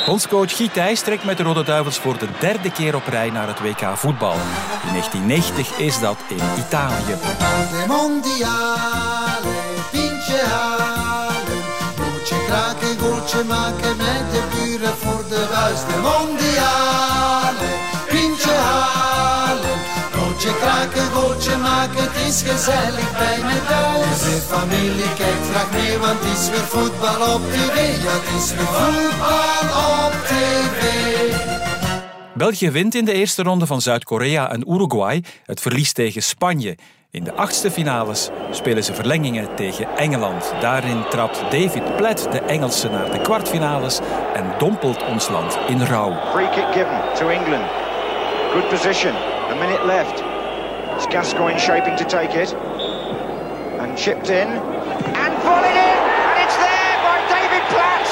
Bondscoach Guy Thys trekt met de Rode Duivels voor de derde keer op rij naar het WK voetbal. In 1990 is dat in Italië. De mondiale, vince halen. Goaltje kraken, goaltje maken met de buren voor de buis. De mondiale, vince halen. Goaltje kraken, goaltje maken, het is gezellig bij me thuis. De familie kijkt graag mee, want het is weer voetbal op tv. Ja, het is weer voetbal op tv. België wint in de eerste ronde van Zuid-Korea en Uruguay. Het verliest tegen Spanje. In de achtste finales spelen ze verlengingen tegen Engeland. Daarin trapt David Platt de Engelsen naar de kwartfinales en dompelt ons land in rouw. Free kick given to England. Good position. A minute left. It's Gascoigne shaping to take it. And chipped in. And volleyed in. And it's there by David Platt.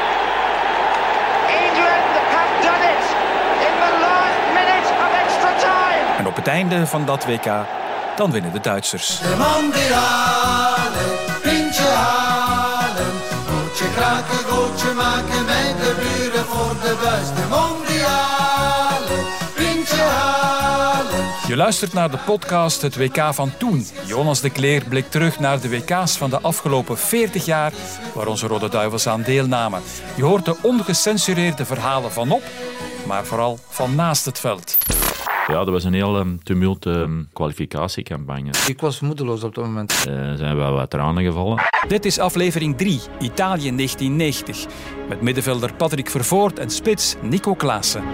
England have done it in the last minute of extra time. En op het einde van dat WK, dan winnen de Duitsers. De mondiale, pintje halen. Goaltje kraken, goaltje maken met de buren voor de buis. De mondiale, pintje halen. Je luistert naar de podcast Het WK van toen. Jonas de Cleer blikt terug naar de WK's van de afgelopen 40 jaar waar onze Rode Duivels aan deelnamen. Je hoort de ongecensureerde verhalen vanop, maar vooral van naast het veld. Ja, dat was een heel tumult kwalificatiecampagne. Ik was moedeloos op dat moment. Er zijn wel wat tranen gevallen. Dit is aflevering 3, Italië 1990. Met middenvelder Patrick Vervoort en spits Nico Klaassen.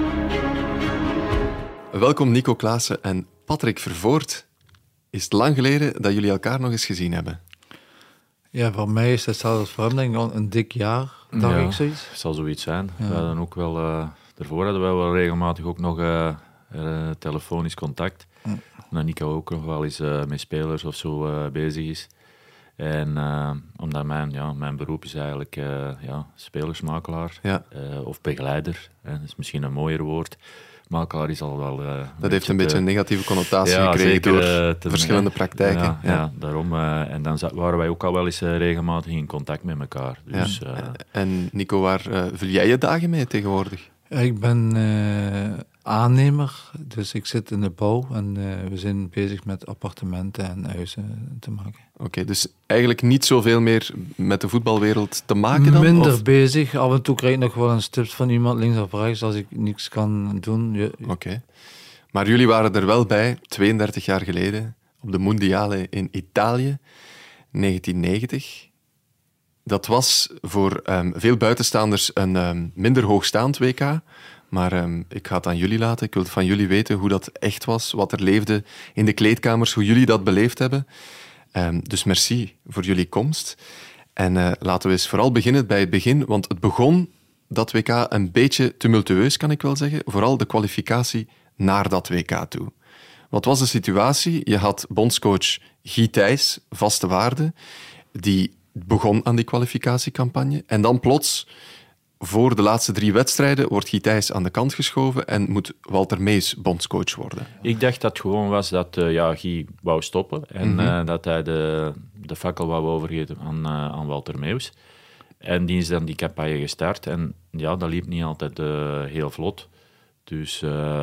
Welkom Nico Klaassen en Patrick Vervoort. Is het lang geleden dat jullie elkaar nog eens gezien hebben? Ja, voor mij is het zelfs voor hem denk ik al een dik jaar, dacht ik zoiets. Het zal zoiets zijn. Ja. We hadden ook wel, daarvoor hadden we wel regelmatig ook nog telefonisch contact. Omdat Nico ook nog wel eens met spelers of zo bezig is. En omdat mijn beroep is eigenlijk spelersmakelaar of begeleider. Dat is misschien een mooier woord. Makelaar is al wel... dat heeft een beetje een negatieve connotatie gekregen door verschillende praktijken. Ja, daarom. En dan waren wij ook al wel eens regelmatig in contact met elkaar. Dus, En Nico, waar vul jij je dagen mee tegenwoordig? Ik ben aannemer, dus ik zit in de bouw en we zijn bezig met appartementen en huizen te maken. Oké, dus eigenlijk niet zoveel meer met de voetbalwereld te maken dan? Minder bezig. Af en toe krijg ik nog wel een tips van iemand links of rechts als ik niks kan doen. Oké. Maar jullie waren er wel bij, 32 jaar geleden, op de Mondiale in Italië, 1990. Dat was voor veel buitenstaanders een minder hoogstaand WK. Maar ik ga het aan jullie laten. Ik wil van jullie weten hoe dat echt was, wat er leefde in de kleedkamers, hoe jullie dat beleefd hebben. Dus merci voor jullie komst. En laten we eens vooral beginnen bij het begin, want het begon, dat WK, een beetje tumultueus, kan ik wel zeggen. Vooral de kwalificatie naar dat WK toe. Wat was de situatie? Je had bondscoach Guy Thys, vaste waarde, die begon aan die kwalificatiecampagne. En dan plots, voor de laatste 3 wedstrijden, wordt Guy Thys aan de kant geschoven en moet Walter Meeuws bondscoach worden. Ik dacht dat het gewoon was dat Guy wou stoppen en dat hij de fakkel wou overgeven aan Walter Meeuws. En die is dan die campagne gestart. En ja, dat liep niet altijd heel vlot. Dus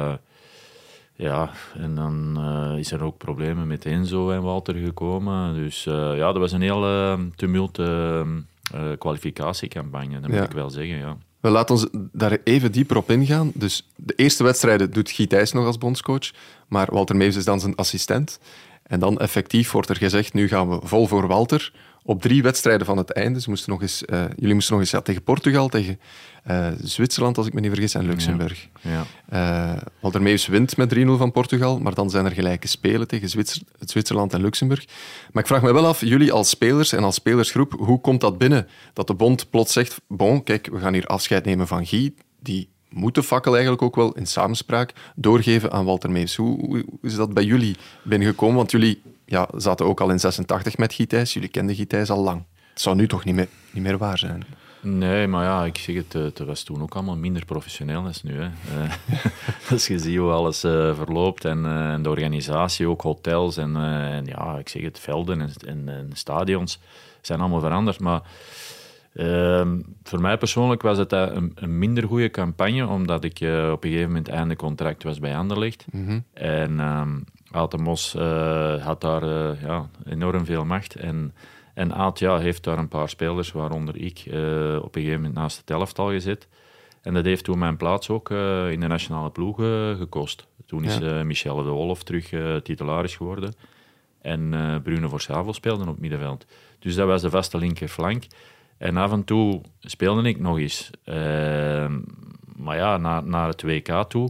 en dan is er ook problemen met Enzo en Walter gekomen. Dus dat was een heel tumult kwalificatiecampagne, dat moet ik wel zeggen, ja. We laten ons daar even dieper op ingaan. Dus de eerste wedstrijden doet Guy Thys nog als bondscoach, maar Walter Meeuws is dan zijn assistent. En dan effectief wordt er gezegd, nu gaan we vol voor Walter. Op 3 wedstrijden van het einde. Jullie moesten nog eens tegen Portugal, tegen Zwitserland, als ik me niet vergis, en Luxemburg. Ja. Walter Meeuws wint met 3-0 van Portugal, maar dan zijn er gelijke spelen tegen Zwitserland en Luxemburg. Maar ik vraag me wel af, jullie als spelers en als spelersgroep, hoe komt dat binnen? Dat de bond plots zegt, kijk, we gaan hier afscheid nemen van Guy, die moet de fakkel eigenlijk ook wel in samenspraak doorgeven aan Walter Meeuws. Hoe is dat bij jullie binnengekomen? Want jullie zaten ook al in 86 met Guy Thys. Jullie kenden Guy Thys al lang. Het zou nu toch niet meer waar zijn? Nee, maar ja, ik zeg het was toen ook allemaal minder professioneel dan nu. Hè. Als je ziet hoe alles verloopt en de organisatie, ook hotels en ik zeg het, velden en stadions zijn allemaal veranderd. Maar Voor mij persoonlijk was het een minder goede campagne, omdat ik op een gegeven moment einde contract was bij Anderlecht. En Aad de Mos had daar enorm veel macht. En Aad heeft daar een paar spelers, waaronder ik, op een gegeven moment naast het elftal gezet. En dat heeft toen mijn plaats ook in de nationale ploeg gekost. Toen is Michel de Wolf terug titularis geworden. En Bruno Voorsavel speelde op het middenveld. Dus dat was de vaste linkerflank. En af en toe speelde ik nog eens. Maar ja, naar het WK toe.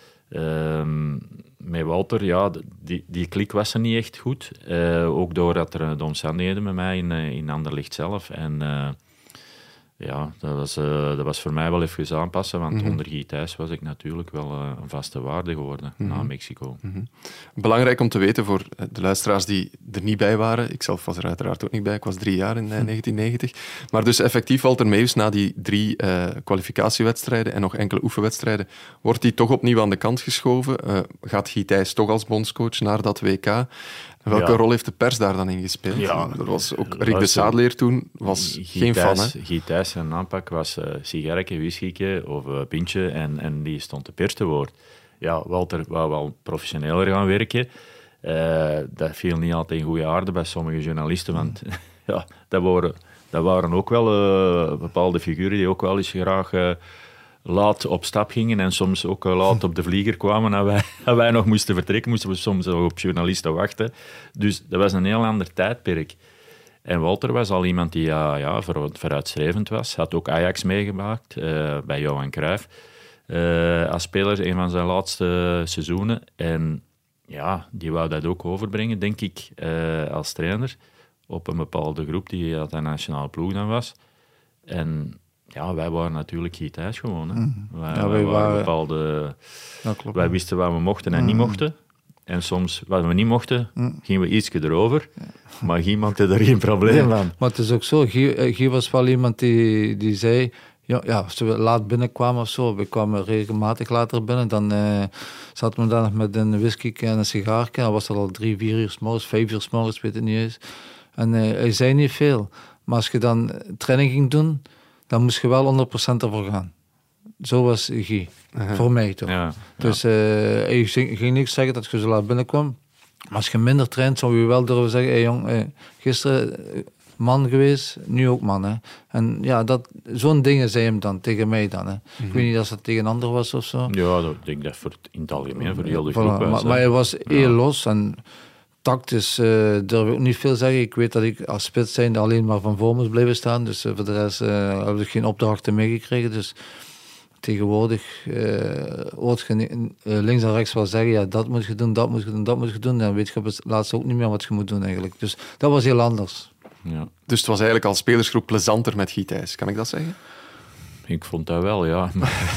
Met Walter, die klik was er niet echt goed. Ook doordat er de omstandigheden met mij in Anderlecht zelf. En dat was voor mij wel even aanpassen, want onder Guy Thijs was ik natuurlijk wel een vaste waarde geworden na Mexico. Belangrijk om te weten voor de luisteraars die er niet bij waren. Ik zelf was er uiteraard ook niet bij. Ik was 3 jaar in 1990. Maar dus effectief Walter Meeuws, na die 3 kwalificatiewedstrijden en nog enkele oefenwedstrijden, wordt hij toch opnieuw aan de kant geschoven. Gaat Guy Thijs toch als bondscoach naar dat WK? Welke rol heeft de pers daar dan in gespeeld? Ja, er was ook Rick de Sadeleer toen, was geen fan. Guy Thijs zijn aanpak was sigaretje, whiskyke of pintje en die stond de pers te woord. Ja, Walter wou wel professioneler gaan werken. Dat viel niet altijd in goede aarde bij sommige journalisten, want dat waren ook wel bepaalde figuren die ook wel eens graag laat op stap gingen en soms ook laat op de vlieger kwamen en wij nog moesten vertrekken, moesten we soms op journalisten wachten. Dus dat was een heel ander tijdperk. En Walter was al iemand die vooruitstrevend was. Had ook Ajax meegemaakt bij Johan Cruijff als speler, een van zijn laatste seizoenen. En ja, die wou dat ook overbrengen, denk ik, als trainer op een bepaalde groep die uit de nationale ploeg dan was. En ja, wij waren natuurlijk Guy Thijs gewoon. Hè. Wij waren bepaalde... Wij wisten wat we mochten en niet mochten. En soms, wat we niet mochten, gingen we ietsje erover. Maar Guy maakte er geen probleem van. Maar het is ook zo, Guy was wel iemand die zei... Ja, als we laat binnenkwamen of zo, we kwamen regelmatig later binnen, dan zaten we daar nog met een whisky en een sigaartje. Dan was dat al 3, 4 uur 's morgens, 5 uur 's morgens, weet het niet eens. En hij zei niet veel. Maar als je dan training ging doen, dan moest je wel 100% ervoor gaan. Zo was Guy. Voor mij toch. Ja, dus hij ging niks zeggen dat je zo laat binnenkwam. Maar als je minder traint, zou je wel durven zeggen... Hey jong, gisteren man geweest, nu ook man. Hè. En ja, zo'n dingen zei hem dan tegen mij dan. Hè. Ik weet niet of dat tegen een ander was of zo. Ja, ik denk dat in het algemeen voor heel de groep was. Maar hij was heel los en... Tactisch durf ik ook niet veel zeggen. Ik weet dat ik als spits zijnde alleen maar van voor moest blijven staan. Dus voor de rest heb ik geen opdrachten meegekregen. Dus tegenwoordig hoort je links en rechts wel zeggen... Ja, dat moet je doen, dat moet je doen, dat moet je doen. Dan weet je op het laatste ook niet meer wat je moet doen eigenlijk. Dus dat was heel anders. Ja. Dus het was eigenlijk als spelersgroep plezanter met Guy Thijs. Kan ik dat zeggen? Ik vond dat wel, ja.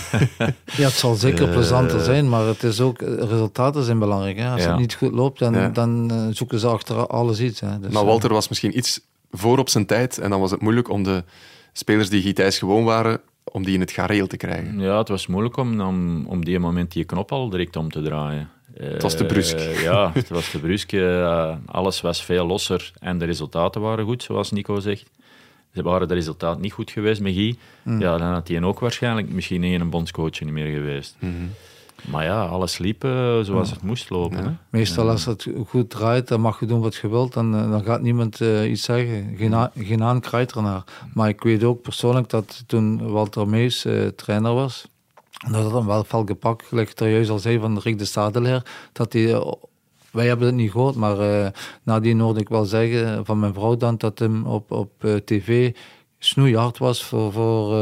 Ja, het zal zeker plezanter zijn, maar het is ook, resultaten zijn belangrijk. Hè. Als het niet goed loopt, dan zoeken ze achter alles iets. Hè. Dus, maar Walter was misschien iets voor op zijn tijd en dan was het moeilijk om de spelers die Guy Thijs gewoon waren, om die in het gareel te krijgen. Ja, het was moeilijk om die moment die knop al direct om te draaien. Het was te brusk. Ja, het was te brusk. Alles was veel losser en de resultaten waren goed, zoals Nico zegt. Waren de resultaten niet goed geweest met Guy, ja, dan had hij ook waarschijnlijk misschien een bondscoach niet meer geweest. Maar ja, alles liep zoals het moest lopen. Ja. Hè? Meestal als het goed draait, dan mag je doen wat je wilt. Dan gaat niemand iets zeggen. Geen aankrijt ernaar. Maar ik weet ook persoonlijk dat toen Walter Meeuws trainer was, dat het dan wel fel gepakt, gelijk er juist al zei van Rick de Sadeleer, dat hij... Wij hebben het niet gehoord, maar nadien hoorde ik wel zeggen van mijn vrouw dan dat hem op tv snoeihard was voor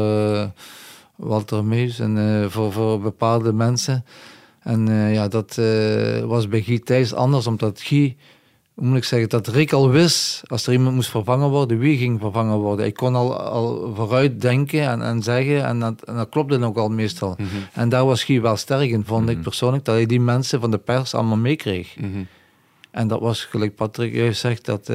Walter Meeuws en voor bepaalde mensen. En dat was bij Guy Thijs anders, omdat Guy, hoe moet ik zeggen, dat Rick al wist, als er iemand moest vervangen worden, wie ging vervangen worden. Hij kon al vooruit denken en zeggen, en dat klopte ook al meestal. En daar was Guy wel sterk in, vond ik persoonlijk, dat hij die mensen van de pers allemaal meekreeg. En dat was, gelijk Patrick juist zegt, dat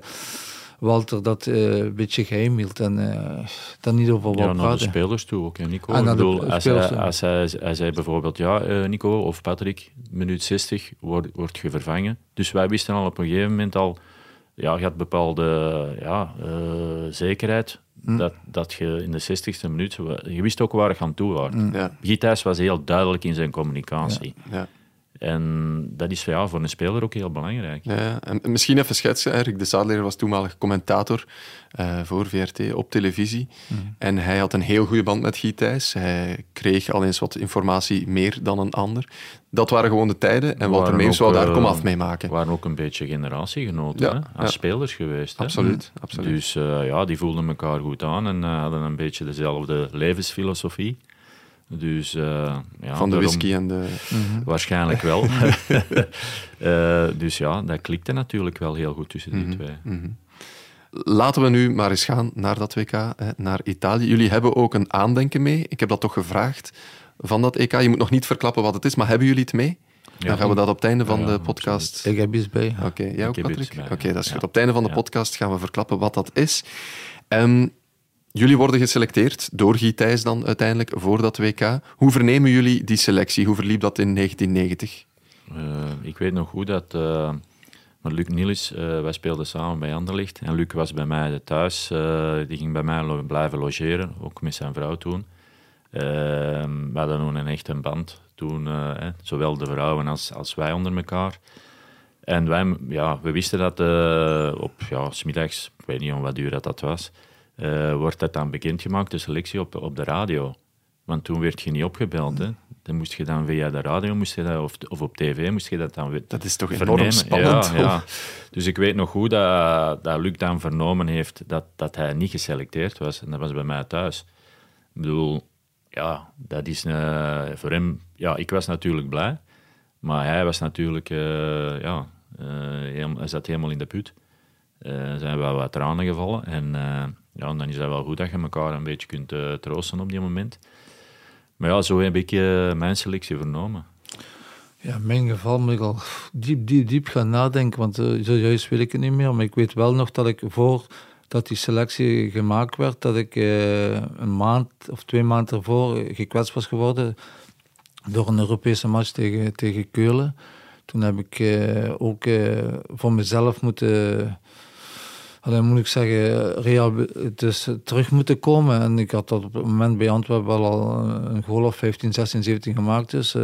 Walter dat een beetje geheim hield en daar niet over wou praten. Ja, naar de spelers toe ook, Nico. Ik bedoel, als hij zei bijvoorbeeld, Nico of Patrick, minuut 60 wordt je vervangen. Dus wij wisten al op een gegeven moment al je had bepaalde zekerheid dat je in de 60ste minuut... Je wist ook waar je aan toe was. Guy Thijs was heel duidelijk in zijn communicatie. Ja. En dat is voor een speler ook heel belangrijk. Ja, en misschien even schetsen. Erik de Sadelaer was toenmalig commentator voor VRT op televisie. En hij had een heel goede band met Guy Thijs. Hij kreeg al eens wat informatie meer dan een ander. Dat waren gewoon de tijden. En Walter Meeuws zou daar komaf mee maken. Waren ook een beetje generatiegenoten als spelers geweest. Absoluut. Dus die voelden elkaar goed aan en hadden een beetje dezelfde levensfilosofie. Dus, van de whisky en de... Waarschijnlijk wel. Dus dat klikte natuurlijk wel heel goed tussen die twee. Laten we nu maar eens gaan naar dat WK, naar Italië. Jullie hebben ook een aandenken mee. Ik heb dat toch gevraagd van dat EK. Je moet nog niet verklappen wat het is, maar hebben jullie het mee? Dan gaan we dat op het einde van de podcast... Absoluut. Ik heb iets bij. Oké, jij ook, Patrick? Oké, dat is goed. Op het einde van de podcast gaan we verklappen wat dat is. Jullie worden geselecteerd door Guy Thijs dan uiteindelijk voor dat WK. Hoe vernemen jullie die selectie? Hoe verliep dat in 1990? Ik weet nog goed dat Luc Nielis, wij speelden samen bij Anderlecht. En Luc was bij mij thuis. Die ging bij mij blijven logeren, ook met zijn vrouw toen. We hadden toen een echte band toen, zowel de vrouwen als wij onder elkaar. En we wisten dat op 's middags, ik weet niet om wat uur dat was... wordt dat dan bekendgemaakt, de selectie op de radio. Want toen werd je niet opgebeld. Hè. Dan moest je dan via de radio of op tv moest je dat dan weer Dat is toch vernemen. Enorm spannend. Ja. Dus ik weet nog goed dat Luc dan vernomen heeft dat hij niet geselecteerd was. En dat was bij mij thuis. Ik bedoel, dat is voor hem... Ja, ik was natuurlijk blij. Maar hij was natuurlijk... hij zat helemaal in de put. Er zijn wel wat tranen gevallen. En dan is dat wel goed dat je elkaar een beetje kunt troosten op die moment. Maar zo heb ik mijn selectie vernomen. Ja, in mijn geval moet ik al diep gaan nadenken, want zo juist weet ik het niet meer. Maar ik weet wel nog dat ik voordat die selectie gemaakt werd, dat ik een maand of 2 maanden ervoor gekwetst was geworden door een Europese match tegen Keulen. Toen heb ik ook voor mezelf moeten terug moeten komen. En ik had dat op het moment bij Antwerpen wel al een goal of 15, 16, 17 gemaakt. Dus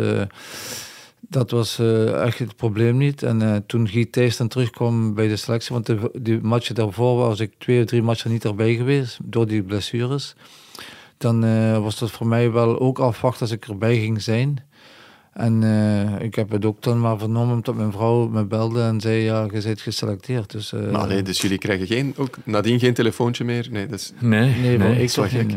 dat was echt het probleem niet. En toen Guy Thijs dan terugkwam bij de selectie, want die matchen daarvoor was ik 2 of 3 matchen niet erbij geweest, door die blessures. Dan was dat voor mij wel ook afwachten als ik erbij ging zijn. En ik heb het ook dan maar vernomen omdat mijn vrouw me belde en zei, je bent geselecteerd. Dus, dus jullie krijgen nadien geen telefoontje meer? Nee, ik toch gek.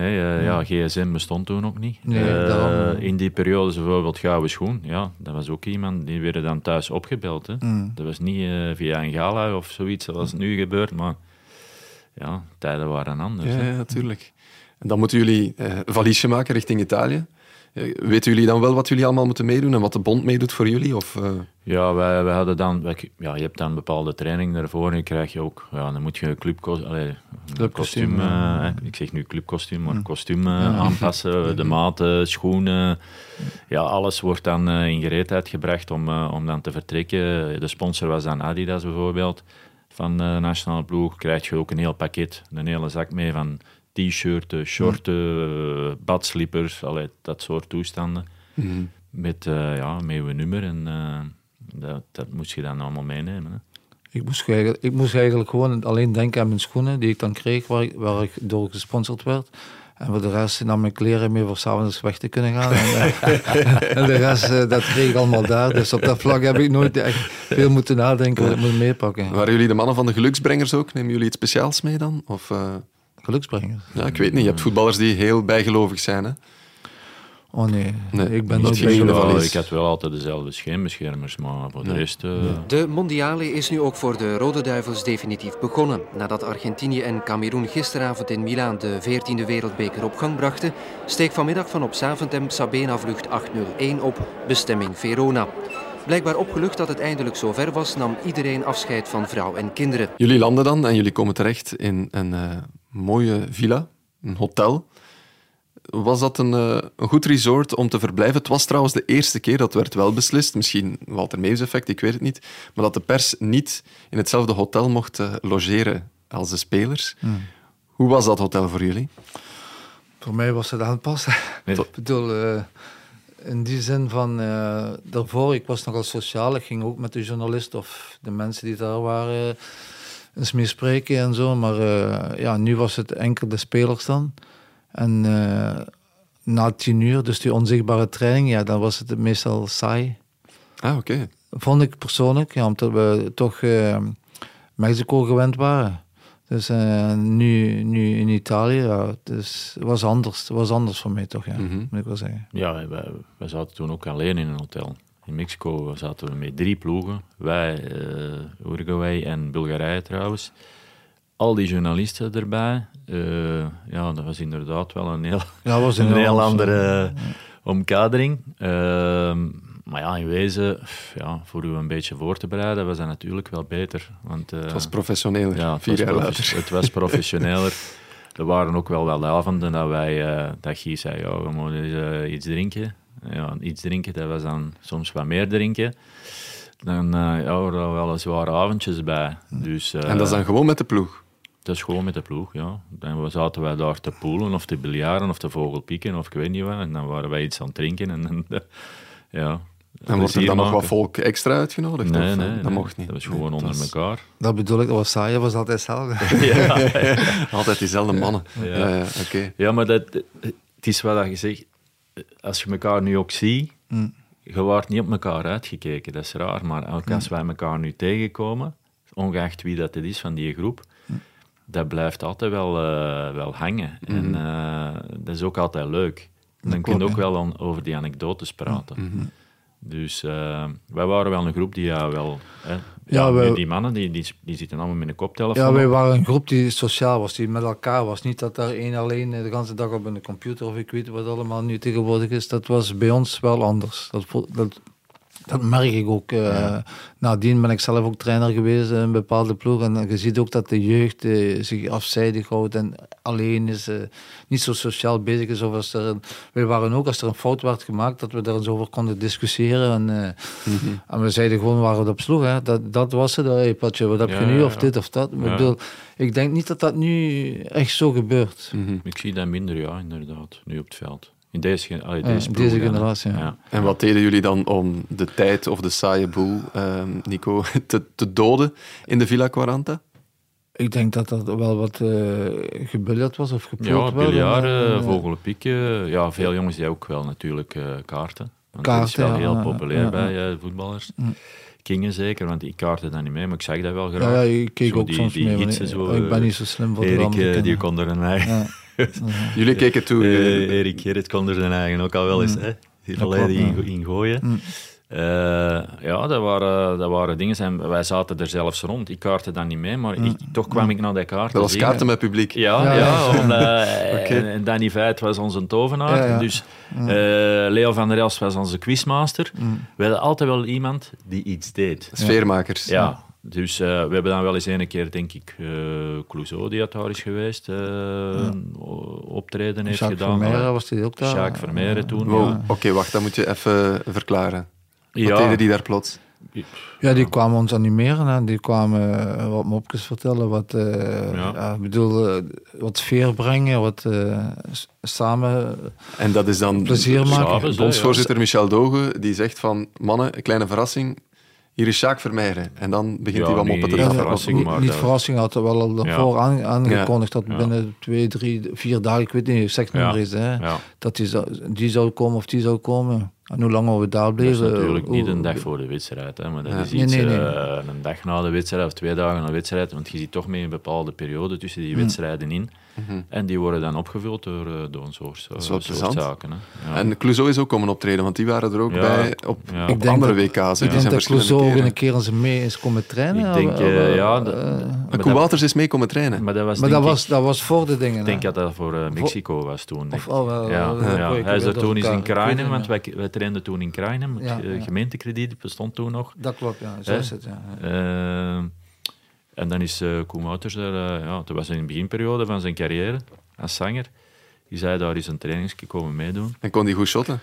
GSM bestond toen ook niet. Nee, in die periode bijvoorbeeld Gouden Schoen, dat was ook iemand, die werden dan thuis opgebeld. Hè. Dat was niet via een gala of zoiets, zoals nu gebeurt, maar tijden waren anders. Ja, natuurlijk. En dan moeten jullie valiesje maken richting Italië. Weten jullie dan wel wat jullie allemaal moeten meedoen en wat de bond meedoet voor jullie? Of, Ja, wij hadden dan... je hebt dan bepaalde training daarvoor en dan krijg je ook... dan moet je een clubkostuum... ik zeg nu clubkostuum, maar kostuum aanpassen, de maten, schoenen... alles wordt dan in gereedheid gebracht om dan te vertrekken. De sponsor was dan Adidas bijvoorbeeld, van de nationale ploeg. Krijg je ook een heel pakket, een hele zak mee van... T-shirten, shorten, badslippers, dat soort toestanden. Met uw nummer en dat moest je dan allemaal meenemen. Hè. Ik moest eigenlijk gewoon alleen denken aan mijn schoenen die ik dan kreeg, waar ik door gesponsord werd. En voor de rest nam ik kleren mee voor 's avonds weg te kunnen gaan. En de rest, dat kreeg ik allemaal daar. Dus op dat vlak heb ik nooit echt veel moeten nadenken wat ik moet meepakken. Waren jullie de mannen van de geluksbrengers ook? Nemen jullie iets speciaals mee dan? Of... Geluksbrengers? Ja, ik weet niet. Je hebt voetballers die heel bijgelovig zijn, hè? Oh nee. Ik ben niet bijgelovig. Ik had wel altijd dezelfde scheenbeschermers, maar voor de rest... De Mondiale is nu ook voor de Rode Duivels definitief begonnen. Nadat Argentinië en Kameroen gisteravond in Milaan de 14e wereldbeker op gang brachten, steeg vanmiddag van op Zaventem Sabena vlucht 801 op, bestemming Verona. Blijkbaar opgelucht dat het eindelijk zover was, nam iedereen afscheid van vrouw en kinderen. Jullie landen dan en jullie komen terecht in een mooie villa, een hotel. Was dat een goed resort om te verblijven? Het was trouwens de eerste keer, dat werd wel beslist, misschien Walter Meeuws effect, ik weet het niet, maar dat de pers niet in hetzelfde hotel mocht logeren als de spelers. Hoe was dat hotel voor jullie? Voor mij was het aanpassen. Ik bedoel, in die zin van... daarvoor, ik was nogal sociaal. Ik ging ook met de journalist of de mensen die daar waren eens mee spreken en zo. Maar nu was het enkel de spelers dan. En na 10 uur, dus die onzichtbare training, ja, dan was het meestal saai. Ah, oké. Vond ik persoonlijk, ja, omdat we toch Mexico gewend waren. Dus nu in Italië, ja, het was anders. Het was anders voor mij toch, ja, moet ik wel zeggen. Ja, wij zaten toen ook alleen in een hotel. In Mexico zaten we met 3 ploegen. Wij, Uruguay en Bulgarije trouwens. Al die journalisten erbij. Ja, dat was inderdaad wel een heel andere omkadering. Maar ja, in wezen, voor u een beetje voor te bereiden, was dat natuurlijk wel beter. Want, het was professioneler, ja, 4 jaar later. Het was professioneler. Er waren ook wel avonden dat Guy zei, ja, we moeten iets drinken. Ja, iets drinken, dat was dan soms wat meer drinken. Dan waren er wel zware avondjes bij. Dus, en dat is dan gewoon met de ploeg? Dat is gewoon met de ploeg, ja. Dan zaten wij daar te poelen of te biljaren of te vogelpieken of ik weet niet wat. En dan waren wij iets aan het drinken. En wordt er dan nog wat volk extra uitgenodigd? Nee, dat mocht niet. Dat was gewoon onder elkaar. Dat bedoel ik, dat was saai, dat was altijd hetzelfde. Altijd diezelfde mannen. Ja, okay. Ja, maar het is wat je zegt. Als je elkaar nu ook ziet, je wordt niet op elkaar uitgekeken, dat is raar. Maar ook als wij elkaar nu tegenkomen, ongeacht wie dat is van die groep, dat blijft altijd wel hangen. En dat is ook altijd leuk. Dan kun je ook wel over die anekdotes praten. Dus wij waren wel een groep die die mannen die zitten allemaal met een koptelefoon. Ja, wij waren een groep die sociaal was, die met elkaar was. Niet dat daar één alleen de hele dag op een computer of ik weet wat allemaal nu tegenwoordig is. Dat was bij ons wel anders. Dat merk ik ook. Nadien ben ik zelf ook trainer geweest in een bepaalde ploeg. En je ziet ook dat de jeugd zich afzijdig houdt en alleen is, niet zo sociaal bezig is. Of wij waren ook, als er een fout werd gemaakt, dat we daar eens over konden discussiëren. En we zeiden gewoon waar het op sloeg. Hè. Dat was het. Hey, Patje, wat heb je nu? Of dit of dat. Ja. Ik bedoel, ik denk niet dat dat nu echt zo gebeurt. Ik zie dat minder, ja, inderdaad, nu op het veld. In deze generatie, ja. En wat deden jullie dan om de tijd of de saaie boel, Nico, te doden in de Villa Quaranta? Ik denk dat dat wel wat gebiljard was of gepoeld. Ja, biljaren, vogelpieken. Ja, veel jongens die ook wel natuurlijk kaarten. Want dat is wel heel populair bij voetballers. Kingen zeker, want ik kaartte dat niet mee, maar ik zag dat wel graag. Ja, ik keek ook soms mee. Ik ben niet zo slim voor Erik, die kon er een eigen... Jullie keken toe. Erik Gerrit kon er zijn eigen ook al wel eens die volledig in gooien. Dat waren dingen. En wij zaten er zelfs rond. Ik kaartte dat niet mee, maar toch kwam ik naar die kaarten. Dat was kaarten met publiek. En Danny Veit was onze tovenaar. Dus Leo van der Elst was onze quizmaster. We hadden altijd wel iemand die iets deed. Sfeermakers. Ja. Dus we hebben dan wel eens een keer, denk ik, Clouseau, die daar is geweest, optreden heeft Jacques gedaan. Vermeire was die ook daar. Jacques Vermeire toen. Wow. Oké, wacht, dat moet je even verklaren. Wat deden die daar plots? Ja, die kwamen ons animeren. Hè. Die kwamen wat mopjes vertellen, wat sfeer brengen, wat samen en dat is dan plezier maken. Bondsvoorzitter Michel Doge, die zegt van, mannen, een kleine verrassing, hier is Jacques Vermeire. En dan begint hij wat moppen te doen. Niet verrassing, had er wel al daarvoor aangekondigd dat binnen 2, 3, 4 dagen, ik weet niet, seksnummer is, dat die zou komen of die zou komen. En hoe lang we daar bleven... Dat is natuurlijk niet een dag voor de wedstrijd, hè, maar dat is iets een dag na de wedstrijd of 2 dagen na de wedstrijd, want je ziet toch mee een bepaalde periode tussen die wedstrijden in. En die worden dan opgevuld door een soort zaken. Hè. Ja. En Clouseau is ook komen optreden, want die waren er ook bij op andere WK's. Ik denk dat Clouseau ook een keer mee is komen trainen. Ik denk, Koen Wouters is mee komen trainen. Maar dat was voor de dingen. Ik denk dat dat voor Mexico was toen. Hij is er toen eens in Krainem, want wij trainden toen in Krainem. Het gemeentekrediet bestond toen nog. Dat klopt, ja. Zo is het, ja. En dan is Koen Wouters dat was in de beginperiode van zijn carrière als zanger, Die zei daar eens een trainingsje komen meedoen. En kon die goed shotten?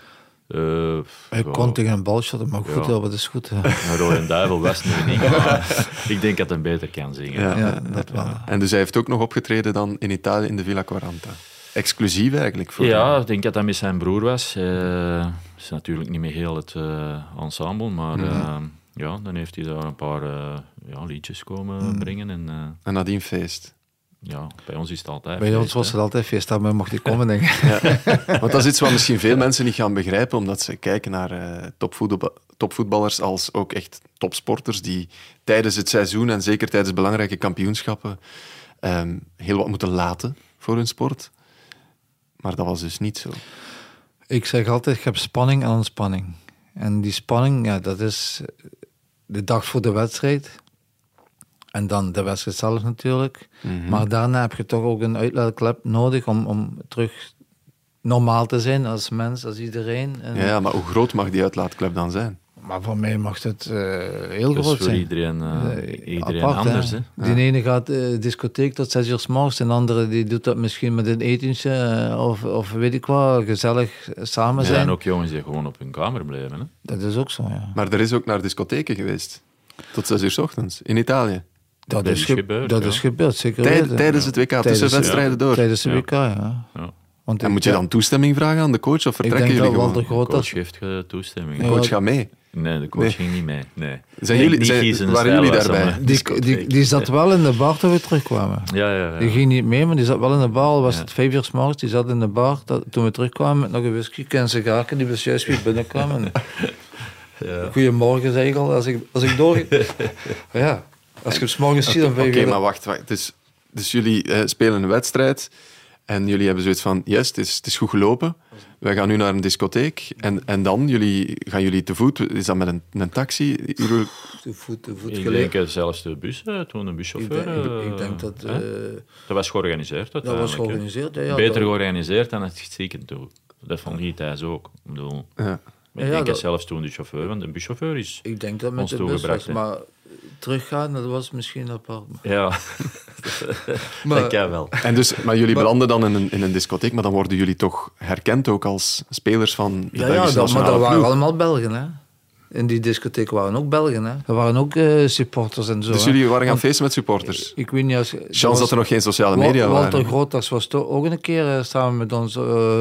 Hij kon tegen een bal shotten, maar goed, dat is goed. Een Rode Duivel was nog niet, maar ik denk dat hij beter kan zingen. Ja, dat wel. En dus hij heeft ook nog opgetreden dan in Italië in de Villa Quaranta. Exclusief eigenlijk voor Ja, ik denk dat dat met zijn broer was. Het is natuurlijk niet meer heel het ensemble, maar dan heeft hij daar een paar liedjes komen brengen. En, een nadien feest. ja, bij ons is het altijd Bij feest, ons was hè. het altijd feest, daarmee mocht hij komen, denk ik. Want dat is iets wat misschien veel mensen niet gaan begrijpen, omdat ze kijken naar topvoetballers als ook echt topsporters die tijdens het seizoen en zeker tijdens belangrijke kampioenschappen heel wat moeten laten voor hun sport. Maar dat was dus niet zo. Ik zeg altijd, je hebt spanning en ontspanning. En die spanning, ja, dat is de dag voor de wedstrijd. En dan de wedstrijd zelf natuurlijk. Maar daarna heb je toch ook een uitlaatklep nodig om terug normaal te zijn als mens, als iedereen. En, Ja, maar hoe groot mag die uitlaatklep dan zijn? Maar voor mij mag het heel Dat is groot voor zijn. iedereen Apart, anders. hè. Hè? Die ene gaat discotheek tot 6 uur 's morgens en de andere die doet dat misschien met een etentje of weet ik wat, gezellig samen Er zijn. zijn ook jongens die gewoon op hun kamer blijven. Hè? Dat is ook zo, ja. Maar er is ook naar discotheken geweest. Tot 6 uur 's ochtends, in Italië. Dat is is gebeurd, Dat ja. is gebeurd, zeker weten. Tijdens het WK, tussen wedstrijden door. Tijdens de Ja. WK, ja. Ja. Want En moet je dan toestemming vragen aan de coach of ik vertrekken denk dat jullie Walter gewoon? De Groot coach heeft toestemming. De coach gaat mee. Nee, de coach Nee. ging niet mee. Nee. Waren jullie daarbij? die zat wel in de bar toen we terugkwamen. Ja. Die ging niet mee, maar die zat wel in de bar. Al was Ja. het 5 uur 's morgens, die zat in de bar toen we terugkwamen met nog een whisky en een sigaar. Die was juist weer binnenkwam. Goedemorgen, zei ik al, als ik doorging. Ja, als je het 's morgens ziet, dan ben je Oké, weer- maar wacht. Dus jullie spelen een wedstrijd en jullie hebben zoiets van, yes, het is goed gelopen. Wij gaan nu naar een discotheek en dan gaan jullie te voet. Is dat met een taxi? de voet Ik gelijk. denk zelfs de bus, toen een buschauffeur. Ik denk dat... dat was georganiseerd dat was uiteindelijk. hè. georganiseerd. Ja, Beter dat- georganiseerd dan het stiekem toe. Dat vond hij thuis ook. Ik bedoel, Ja. ik Ja, denk dat- zelfs toen de chauffeur, want de buschauffeur is... Ik denk dat met ons de bus toegebracht, was, hè. maar teruggaan, dat was misschien apart. Ja, Maar- dat kan wel. En dus, maar jullie belanden dan in een discotheek, maar dan worden jullie toch herkend ook als spelers van de Belgische maar nationale dat waren ploeg. allemaal Belgen, hè. In die discotheek waren ook Belgen, hè. Er waren ook supporters en zo. Dus hè. jullie waren gaan Want feesten met supporters. Ik weet niet als... Chance dat er nog geen sociale media Walter waren. Grootaars was toch ook een keer samen met ons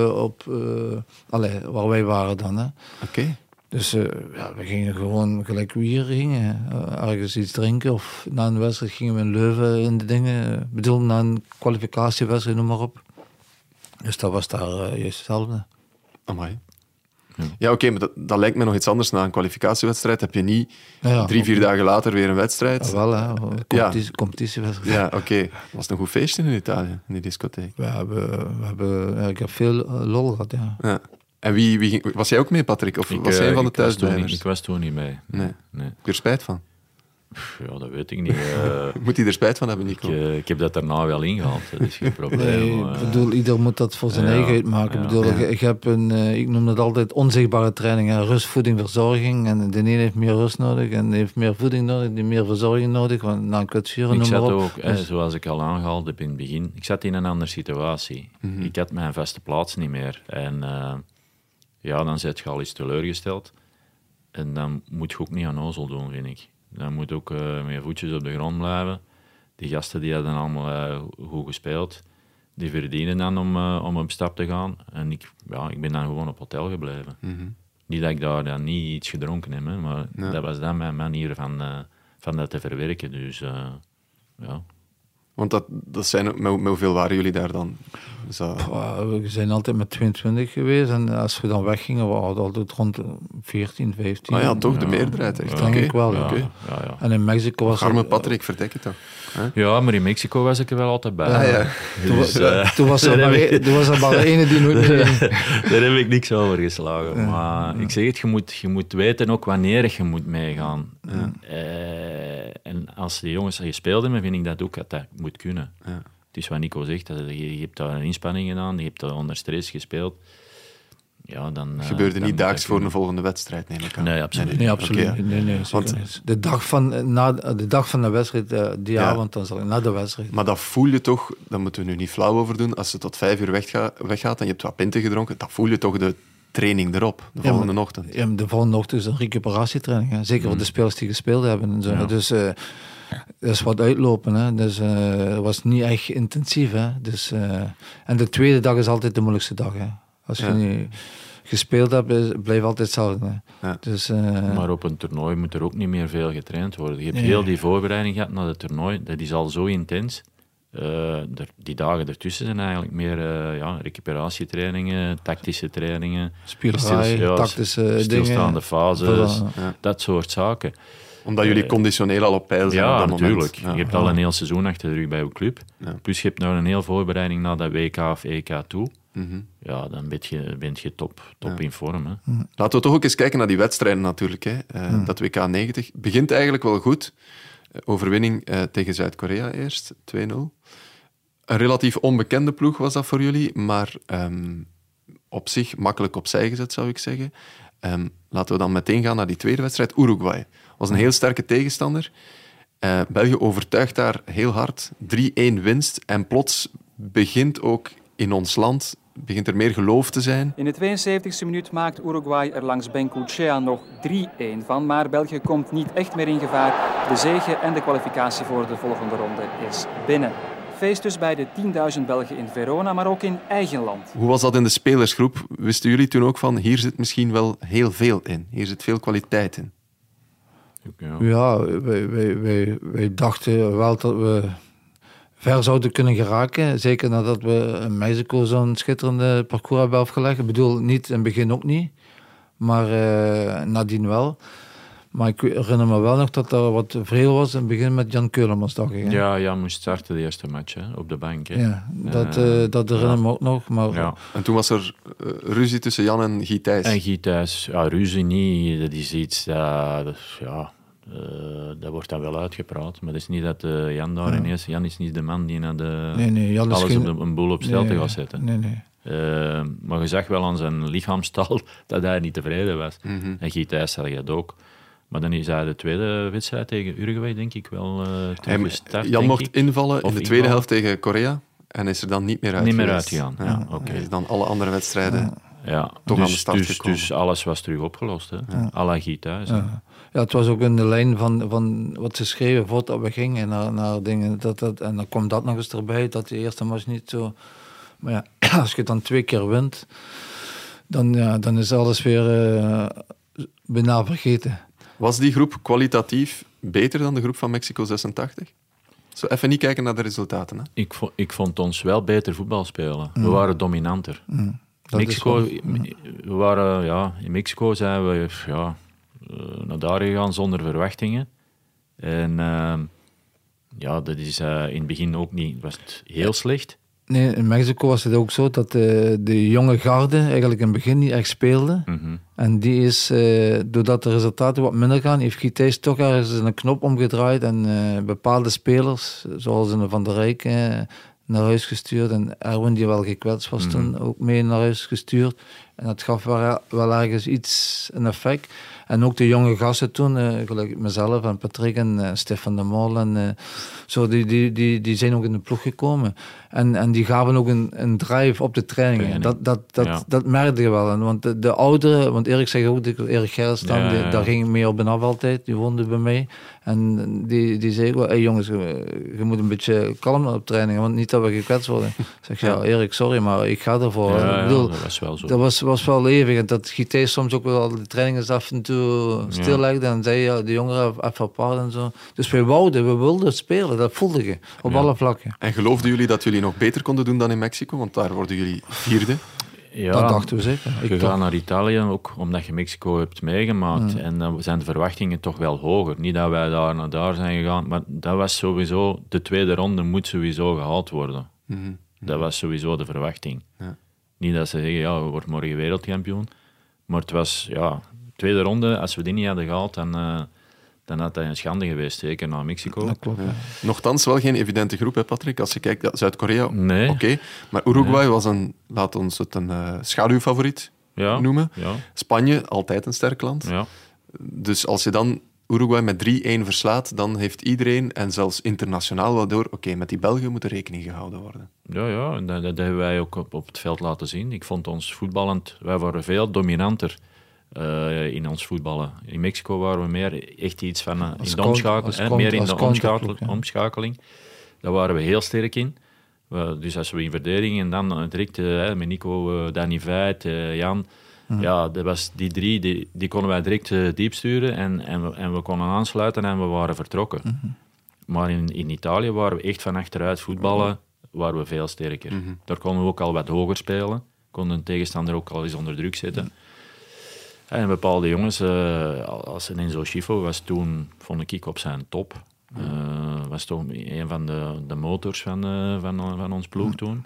waar wij waren dan, hè. Oké. Dus we gingen gewoon gelijk we hier gingen. Ergens iets drinken of na een wedstrijd gingen we in Leuven in de dingen. Ik bedoel, na een kwalificatiewedstrijd, noem maar op. Dus dat was daar juist hetzelfde. Amai. Ja, oké, maar dat lijkt me nog iets anders. Na een kwalificatiewedstrijd heb je niet Ja, 3-4 dagen later weer een wedstrijd. Ja, wel, hè. Competitiewedstrijd. Ja, oké. Was het een goed feestje in Italië, in die discotheek? We hebben, ik heb veel lol gehad, ja. Ja. En wie ging, was jij ook mee, Patrick? Of was jij een van de thuisblijvers? Ik was toen niet mee. Nee. Nee. Heb je er spijt van? Ja, dat weet ik niet. Moet hij er spijt van hebben, Nico? Ik heb dat daarna wel ingehaald, dat is geen probleem. Nee, maar, ik bedoel, ieder moet dat voor zijn ja, eigen uitmaken. ja, Ik bedoel, ja. ik heb ik noem dat altijd onzichtbare training. Hè. Rust, voeding, verzorging. En de ene heeft meer rust nodig en heeft meer voeding nodig, die meer verzorging nodig. Want na een kwetsuren, ik noem maar zat op. ook, Dus- zoals ik al aangehaald heb in het begin, ik zat in een andere situatie. Ik had mijn vaste plaats niet meer. En dan zit je al eens teleurgesteld. En dan moet je ook niet aan ozel doen, vind ik. Dan moet ook met je voetjes op de grond blijven. Die gasten die hadden allemaal goed gespeeld. Die verdienen dan om op stap te gaan. En ik ben dan gewoon op hotel gebleven. Niet dat ik daar dan niet iets gedronken heb, hè, maar Ja. dat was dan mijn manier van dat te verwerken. Dus ja. Want dat zijn ook, met hoeveel waren jullie daar dan? We zijn altijd met 22 geweest en als we dan weggingen, waren we altijd rond 14, 15. Ah ja, toch, de meerderheid echt. Denk Oké. ik wel, ja. Oké. Ja. En in Mexico was Arme het... Patrick, verdek het toch? Ja, maar in Mexico was ik er wel altijd bij. Ah, ja. Dus, Toen was er daar maar heb ik- toen was er maar ene die nooit meer... daar heb ik niks over geslagen. Maar ik zeg het, je moet weten ook wanneer je moet meegaan. En als de jongens gespeeld hebben, vind ik dat ook dat moet kunnen. Ja. Het is wat Nico zegt, je hebt daar een inspanning gedaan, je hebt daar onder stress gespeeld. ja, dan... Het gebeurde dan niet moet daags dat voor een kunnen. volgende wedstrijd, neem ik aan. Nee, absoluut niet. Nee, absoluut. Oké. Nee, zeker Want- niet. De dag van de wedstrijd, die Ja. avond, dan zal ik na de wedstrijd. Maar dat voel je toch, daar moeten we nu niet flauw over doen, als je tot 5 uur weggaat en je hebt wat pinten gedronken, dat voel je toch de training erop, de volgende ochtend. Ja, de volgende ochtend is een recuperatietraining. Hè. Zeker voor de spelers die gespeeld hebben. En zo. Ja. Dus dat is wat uitlopen. Hè. Dus het was niet echt intensief. Hè. Dus, en de tweede dag is altijd de moeilijkste dag. Hè. Als je Ja. niet gespeeld hebt, blijft altijd hetzelfde. Hè. Ja. Dus, Maar op een toernooi moet er ook niet meer veel getraind worden. Je hebt Nee. heel die voorbereiding gehad naar het toernooi. Dat is al zo intens. Die dagen ertussen zijn eigenlijk meer recuperatietrainingen, tactische trainingen, spielerij, tactische dingen. stilstaande fases, Voilà. Ja. dat soort zaken. Omdat jullie conditioneel al op peil zijn Ja, op dat natuurlijk. moment. Je hebt al een heel seizoen achter de rug bij je club. Ja. Plus je hebt nou een heel voorbereiding naar dat WK of EK toe. Mhm. Ja, dan ben je top Ja. in vorm. Hè. Laten we toch ook eens kijken naar die wedstrijden natuurlijk. Hè. Dat WK 90 begint eigenlijk wel goed. Overwinning tegen Zuid-Korea eerst, 2-0. Een relatief onbekende ploeg was dat voor jullie, maar op zich makkelijk opzij gezet, zou ik zeggen. Laten we dan meteen gaan naar die tweede wedstrijd. Uruguay was een heel sterke tegenstander. België overtuigt daar heel hard. 3-1 winst. En plots begint ook in ons land begint er meer geloof te zijn. In de 72e minuut maakt Uruguay er langs Bengoechea nog 3-1 van. Maar België komt niet echt meer in gevaar. De zege en de kwalificatie voor de volgende ronde is binnen. Feest dus bij de 10.000 Belgen in Verona, maar ook in eigen land. Hoe was dat in de spelersgroep? Wisten jullie toen ook van, hier zit misschien wel heel veel in. Hier zit veel kwaliteit in. Ja. Ja, wij dachten wel dat we ver zouden kunnen geraken. Zeker nadat we in Mexico zo'n schitterende parcours hebben afgelegd. Ik bedoel, niet in het begin ook niet, maar nadien wel. Maar ik herinner me wel nog dat er wat vrede was in het begin met Jan Keulemans, dacht ik. Hè? Ja, Jan moest starten de eerste match hè, op de bank. Hè. Ja, dat herinner ik me ook nog. Maar Ja. En toen was er ruzie tussen Jan en Guy Thijs. En Guy Thijs, ja, ruzie niet, dat is iets dat wordt dan wel uitgepraat. Maar het is niet dat Jan daar ineens... Jan is niet de man die naar nee, Jan is alles geen- op een boel op stel te gaat zetten. Nee. Maar je zag wel aan zijn lichaamstaal dat hij niet tevreden was. Mhm. En Guy Thijs zag je dat ook. Maar dan is hij de tweede wedstrijd tegen Uruguay, denk ik, wel teruggestart. Jan denk mocht ik. invallen Of in de tweede invallen. helft tegen Korea en is er dan niet meer uit Niet meer geweest. uitgegaan. Ja, oké. Hij is dan alle andere wedstrijden... Ja, Toch aan de start gekomen. dus alles was terug opgelost. Hè. À la Guy Thijs. hè. Ja, het was ook in de lijn van wat ze schreven voordat we gingen naar dingen. En dan komt dat nog eens erbij, dat de eerste match niet zo... Maar ja, als je het dan 2 keer wint, dan is alles weer bijna vergeten. Was die groep kwalitatief beter dan de groep van Mexico 86? Zo even niet kijken naar de resultaten. Hè? Ik vond ons wel beter voetbal spelen. We waren dominanter. Dat Mexico, is we waren, in Mexico zijn we naar daar gegaan zonder verwachtingen. En dat is in het begin ook niet... Was het heel slecht? Nee, in Mexico was het ook zo dat de jonge garde eigenlijk in het begin niet echt speelde. Mhm. En die is, doordat de resultaten wat minder gaan, heeft Guy Thijs toch ergens een knop omgedraaid en bepaalde spelers, zoals een Van der Rijk, naar huis gestuurd. En Erwin, die wel gekwetst was toen, ook mee naar huis gestuurd. En dat gaf wel ergens een effect. En ook de jonge gasten toen, gelijk mezelf en Patrick en Stefan de Mol, en zo, die zijn ook in de ploeg gekomen. En die gaven ook een drive op de trainingen. Dat merkte je wel. Want de ouderen, want Erik zegt ook, Erik Gerritstam, daar ging ik mee op en af altijd, die woonde bij mij. En die zei ook, hey jongens, je moet een beetje kalm op trainingen, want niet dat we gekwetst worden. Ik zeg, ja Erik, sorry, maar ik ga ervoor. Ik bedoel, dat was wel zo. dat was wel eeuwig. En dat Gité soms ook wel de trainingen af en toe stillegde en zei de jongeren even apart en zo. Dus we wilden spelen, dat voelde je op alle vlakken. En geloofden jullie dat jullie nog beter konden doen dan in Mexico? Want daar worden jullie 4e. Ja, Dat dachten we zeker. Je gaat naar Italië ook omdat je Mexico hebt meegemaakt. En dan zijn de verwachtingen toch wel hoger. Niet dat wij daar naar daar zijn gegaan, maar dat was sowieso... De tweede ronde moet sowieso gehaald worden. Dat was sowieso de verwachting. Ja. Niet dat ze zeggen, we worden morgen wereldkampioen. Maar het was, tweede ronde, als we die niet hadden gehaald, dan had dat een schande geweest, zeker naar Mexico. Dat klopt. Ja. Nochtans wel geen evidente groep, hè, Patrick? Als je kijkt, Zuid-Korea, Nee. oké. Maar Uruguay was laat ons het een schaduwfavoriet noemen. Ja. Spanje, altijd een sterk land. Ja. Dus als je dan Uruguay met 3-1 verslaat, dan heeft iedereen, en zelfs internationaal wel door, oké, met die Belgen moet er rekening gehouden worden. Ja, en dat hebben wij ook op het veld laten zien. Ik vond ons voetballend, wij waren veel dominanter in ons voetballen. In Mexico waren we meer echt iets van in de omschakeling. Daar waren we heel sterk in. Dus als we in verdediging en dan direct met Nico, Danny Veit, Jan... Ja, dat was die drie, die konden wij direct diep sturen en we konden aansluiten en we waren vertrokken. Maar in Italië waren we echt van achteruit voetballen, waren we veel sterker. Daar konden we ook al wat hoger spelen, konden een tegenstander ook al eens onder druk zetten. En bepaalde jongens, als Enzo Schifo was toen, vond ik op zijn top. Was toch een van de motors van ons ploeg toen.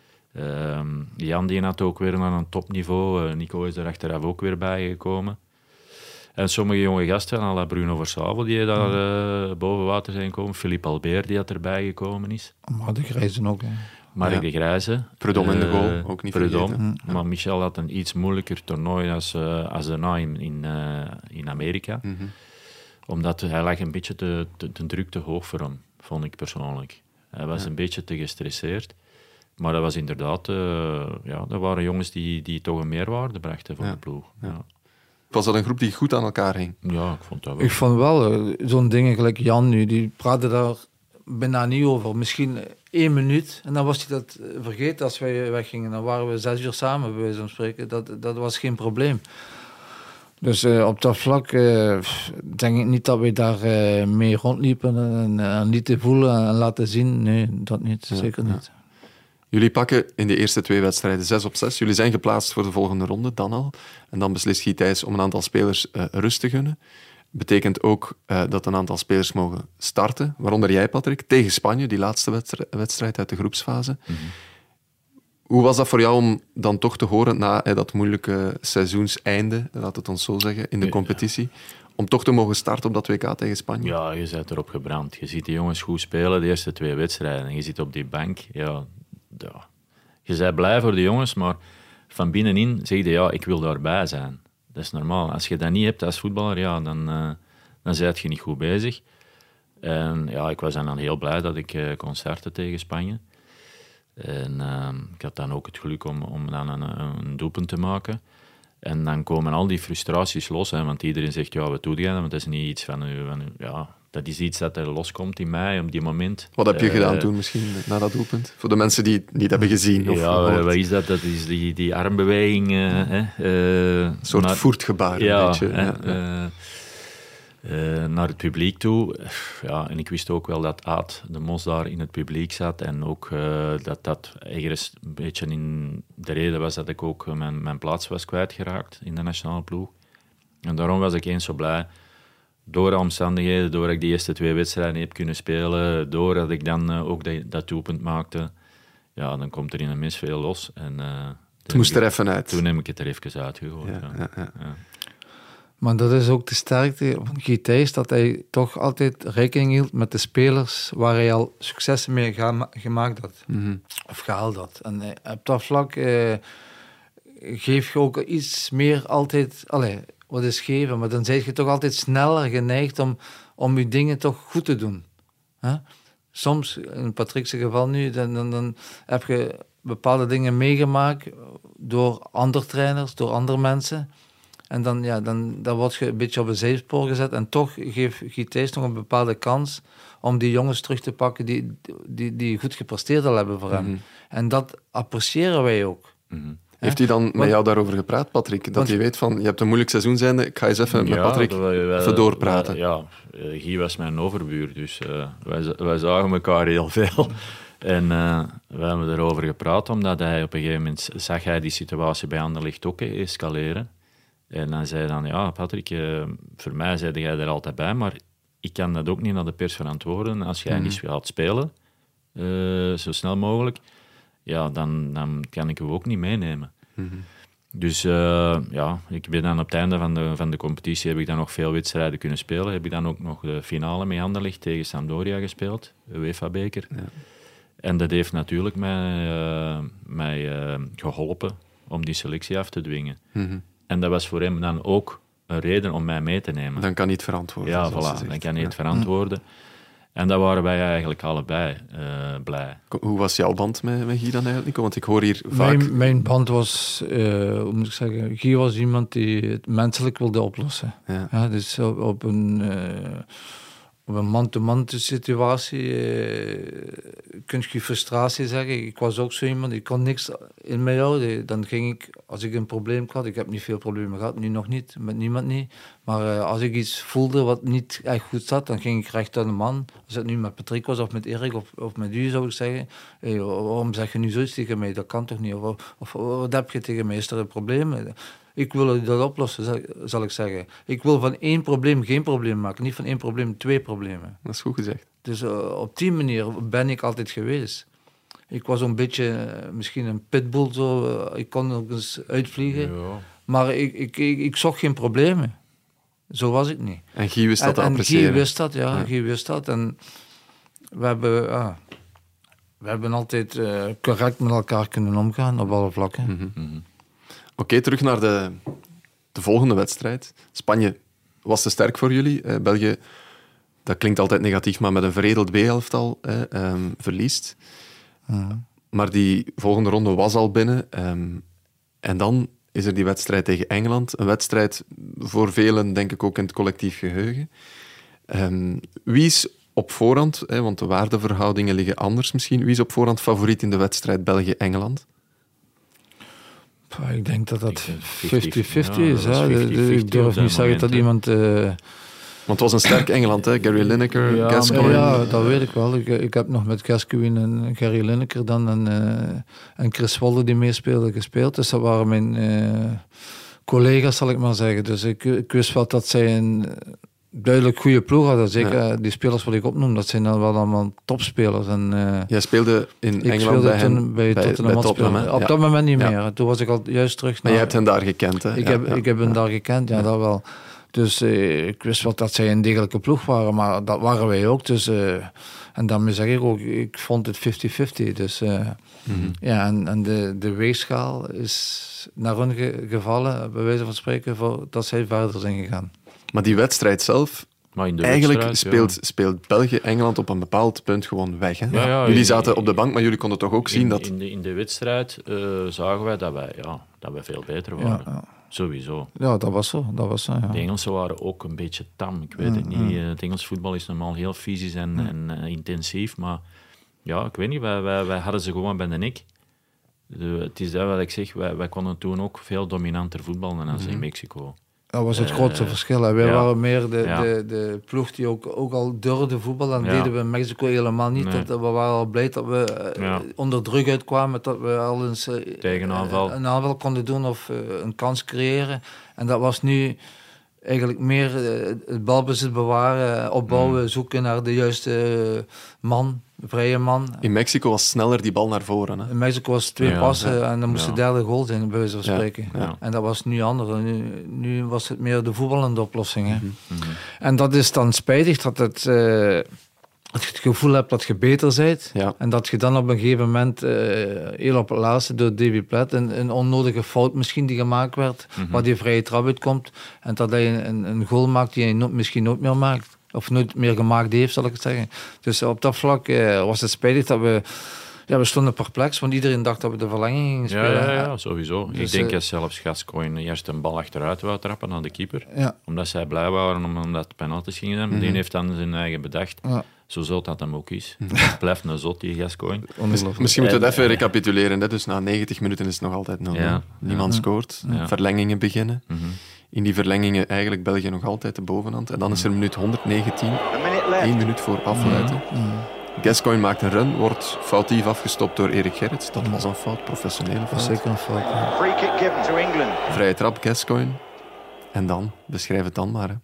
Jan die had ook weer naar een topniveau. Nico is er achteraf ook weer bijgekomen. En sommige jonge gasten, à la Bruno Versavel, die daar boven water zijn gekomen. Philippe Albert, die dat erbij gekomen is. Maar de Grijzen ook. Hè. Mark de Grijze. Prudhomme in de goal, ook niet vergeten. Maar Michel had een iets moeilijker toernooi als daarna in Amerika. Omdat hij lag een beetje te druk te hoog voor hem, vond ik persoonlijk. Hij was een beetje te gestresseerd. Maar dat was inderdaad... dat waren jongens die toch een meerwaarde brachten voor de ploeg. Ja. Was dat een groep die goed aan elkaar hing? Ja, ik vond dat wel. Ik vond wel, zo'n dingen gelijk Jan nu, die praatte daar bijna niet over. Misschien 1 minuut en dan was hij dat vergeten als wij weggingen. Dan waren we 6 uur samen, bij wijze van spreken. Dat was geen probleem. Dus op dat vlak denk ik niet dat wij daar mee rondliepen en lieten voelen en laten zien. Nee, dat niet, zeker niet. Jullie pakken in de eerste 2 wedstrijden 6 op 6. Jullie zijn geplaatst voor de volgende ronde, dan al. En dan beslist Guy Thijs om een aantal spelers rust te gunnen. Betekent ook dat een aantal spelers mogen starten. Waaronder jij, Patrick, tegen Spanje, die laatste wedstrijd uit de groepsfase. Hoe was dat voor jou om dan toch te horen na dat moeilijke seizoenseinde, laat het ons zo zeggen, in de competitie, om toch te mogen starten op dat WK tegen Spanje? Ja, je bent erop gebrand. Je ziet die jongens goed spelen, de eerste 2 wedstrijden. En je zit op die bank. Ja. Je bent blij voor de jongens, maar van binnenin zeg je, ik wil daarbij zijn. Dat is normaal. Als je dat niet hebt als voetballer, dan ben je niet goed bezig. En ik was dan heel blij dat ik kon starten tegen Spanje. En ik had dan ook het geluk om dan een doelpunt te maken. En dan komen al die frustraties los, want iedereen zegt, wat doe je? Want dat is niet iets van u. Dat is iets dat er loskomt in mij op die moment. Wat heb je gedaan toen misschien, na dat doelpunt? Voor de mensen die het niet hebben gezien? Of wat is dat? Dat is die armbeweging. Een soort voertgebaar. Ja, een beetje. Naar het publiek toe. Ja, en ik wist ook wel dat Aad de Mos daar in het publiek zat. En ook dat ergens een beetje in de reden was dat ik ook mijn plaats was kwijtgeraakt in de nationale ploeg. En daarom was ik eens zo blij. Door de omstandigheden, doordat ik die eerste 2 wedstrijden heb kunnen spelen, doordat ik dan ook dat doelpunt maakte, dan komt er in een mis veel los. En, het moest er even uit. Toen heb ik het er even uitgegooid. Ja. Maar dat is ook de sterkte van Guy Thijs, dat hij toch altijd rekening hield met de spelers waar hij al successen mee gemaakt had. Of gehaald had. En op dat vlak geef je ook iets meer altijd... wat is geven, maar dan ben je toch altijd sneller geneigd om je dingen toch goed te doen. Soms, in Patrick's geval nu, dan heb je bepaalde dingen meegemaakt door andere trainers, door andere mensen. En dan word je een beetje op een zijspoor gezet en toch geeft Guy Thijs nog een bepaalde kans om die jongens terug te pakken die goed gepresteerd al hebben voor hem. En dat appreciëren wij ook. Heeft hij dan met jou daarover gepraat, Patrick? Dat je weet van, je hebt een moeilijk seizoen zijnde, ik ga eens even met Patrick even doorpraten. Guy was mijn overbuur, dus wij zagen elkaar heel veel. En we hebben erover gepraat, omdat hij op een gegeven moment zag hij die situatie bij Anderlecht ook escaleren. En dan zei hij dan, Patrick, voor mij zei jij er altijd bij, maar ik kan dat ook niet naar de pers verantwoorden. Als jij niet gaat spelen, zo snel mogelijk, dan kan ik u ook niet meenemen. Dus ik ben dan op het einde van de competitie, heb ik dan nog veel wedstrijden kunnen spelen. Heb ik dan ook nog de finale met Anderlecht tegen Sampdoria gespeeld, de UEFA-beker. Ja. En dat heeft natuurlijk mij geholpen om die selectie af te dwingen. Mm-hmm. En dat was voor hem dan ook een reden om mij mee te nemen. Dan kan hij het verantwoorden. Ja, voilà, dan kan hij het verantwoorden. En daar waren wij eigenlijk allebei blij. Hoe was jouw band met Guy dan eigenlijk, Nico? Want ik hoor hier vaak... Mijn band was, hoe moet ik zeggen, Guy was iemand die het menselijk wilde oplossen. Ja. Ja, dus op een man-to-man situatie kun je frustratie zeggen. Ik was ook zo iemand, ik kon niks in mij houden. Dan ging ik, als ik een probleem had, ik heb niet veel problemen gehad, nu nog niet, met niemand niet. Maar als ik iets voelde wat niet echt goed zat, dan ging ik recht aan de man. Als het nu met Patrick was of met Erik of met u, zou ik zeggen. Hey, waarom zeg je nu zoiets tegen mij? Dat kan toch niet? Of wat heb je tegen mij? Is er een probleem? Ik wil dat oplossen, zal ik zeggen. Ik wil van 1 probleem geen probleem maken. Niet van 1 probleem 2 problemen. Dat is goed gezegd. Dus op die manier ben ik altijd geweest. Ik was een beetje misschien een pitbull, zo. Ik kon ook eens uitvliegen. Ja. Maar ik zocht geen problemen. Zo was ik niet. En Guy wist dat te appreciëren. Guy wist dat, ja. Guy wist dat. En we hebben altijd correct met elkaar kunnen omgaan, op alle vlakken. Mm-hmm. Mm-hmm. Oké, terug naar de volgende wedstrijd. Spanje was te sterk voor jullie. België, dat klinkt altijd negatief, maar met een veredeld B-elftal verliest. Mm-hmm. Maar die volgende ronde was al binnen. En dan is er die wedstrijd tegen Engeland. Een wedstrijd voor velen, denk ik, ook in het collectief geheugen. Wie is op voorhand, want de waardeverhoudingen liggen anders misschien, wie is op voorhand favoriet in de wedstrijd België-Engeland? Ik denk dat dat 50-50 ja, is. dat Hè. 50-50 Ik durf niet zeggen dat iemand... Want het was een sterk Engeland, hè? Gary Lineker, Gascoigne. Ja, dat weet ik wel. Ik heb nog met Gascoigne en Gary Lineker dan en Chris Wolde die meespeelden gespeeld. Dus dat waren mijn collega's, zal ik maar zeggen. Dus ik wist wel dat zij een duidelijk goede ploeg hadden. Zeker die spelers wat ik opnoem, dat zijn dan wel allemaal topspelers. Jij speelde in Engeland bij hen, bij Tottenham. Op dat moment niet meer. Toen was ik al juist terug naar... Maar jij hebt hen daar gekend, hè? Ik heb hen daar gekend, ja, dat wel. Dus ik wist wel dat zij een degelijke ploeg waren, maar dat waren wij ook. Dus, en daarmee zeg ik ook, ik vond het 50-50. Dus, ja, en de weegschaal is naar hun gevallen, bij wijze van spreken, dat zij verder zijn gegaan. Maar die wedstrijd zelf, maar in de eigenlijk speelt België-Engeland op een bepaald punt gewoon weg. Hè? Ja, jullie zaten op de bank, maar jullie konden toch ook zien dat... In de wedstrijd zagen wij dat wij veel beter waren. Ja. Sowieso. Ja, dat was zo. Ja. De Engelsen waren ook een beetje tam. Ik weet het niet. Het Engels voetbal is normaal heel fysisch en intensief. Maar ja, ik weet niet. Wij hadden ze gewoon bij de nek. Het is dat wat ik zeg. Wij konden toen ook veel dominanter voetballen dan in Mexico. Dat was het grootste verschil. Hè. Wij waren meer de ploeg die ook al durfde voetballen. En deden we in Mexico helemaal niet. Nee. We waren al blij dat we onder druk uitkwamen. Dat we al eens een aanval konden doen of een kans creëren. En dat was nu eigenlijk meer het balbezit bewaren, opbouwen, zoeken naar de juiste man, vrije man. In Mexico was sneller die bal naar voren. Hè? In Mexico was 2 passen en dan moest de derde goal zijn, bij wijze van spreken. Ja. En dat was nu anders. Nu was het meer de voetballende oplossing. Hè. Mm-hmm. En dat is dan spijtig dat dat je het gevoel hebt dat je beter bent. Ja. En dat je dan op een gegeven moment, heel op het laatste, door Davy Platt, een onnodige fout misschien die gemaakt werd, waar die vrije trap uitkomt. En dat hij een goal maakt die hij misschien nooit meer maakt. Of nooit meer gemaakt heeft, zal ik het zeggen. Dus op dat vlak was het spijtig dat we stonden perplex, want iedereen dacht dat we de verlenging gingen spelen. Ja, sowieso. Dus, ik denk dat zelfs Gascoigne eerst een bal achteruit wou trappen aan de keeper. Ja. Omdat zij blij waren omdat het penalties gingen zijn. Die heeft dan zijn eigen bedacht. Ja. Zo zot dat hem ook is. Het blijft een zot, die Gascoigne. Misschien moeten we het even recapituleren. Hè? Dus na 90 minuten is het nog altijd 0-0. Niemand scoort. Verlengingen beginnen. In die verlengingen eigenlijk België nog altijd de bovenhand. En dan is er minuut 119. 1 minuut voor afluiten. Gascoigne maakt een run, wordt foutief afgestopt door Erik Gerrits. Dat was een fout, professionele fout. Zeker een fout. Ja. Free kick given to England. Vrije trap, Gascoigne. En dan, beschrijf het dan maar. Hè.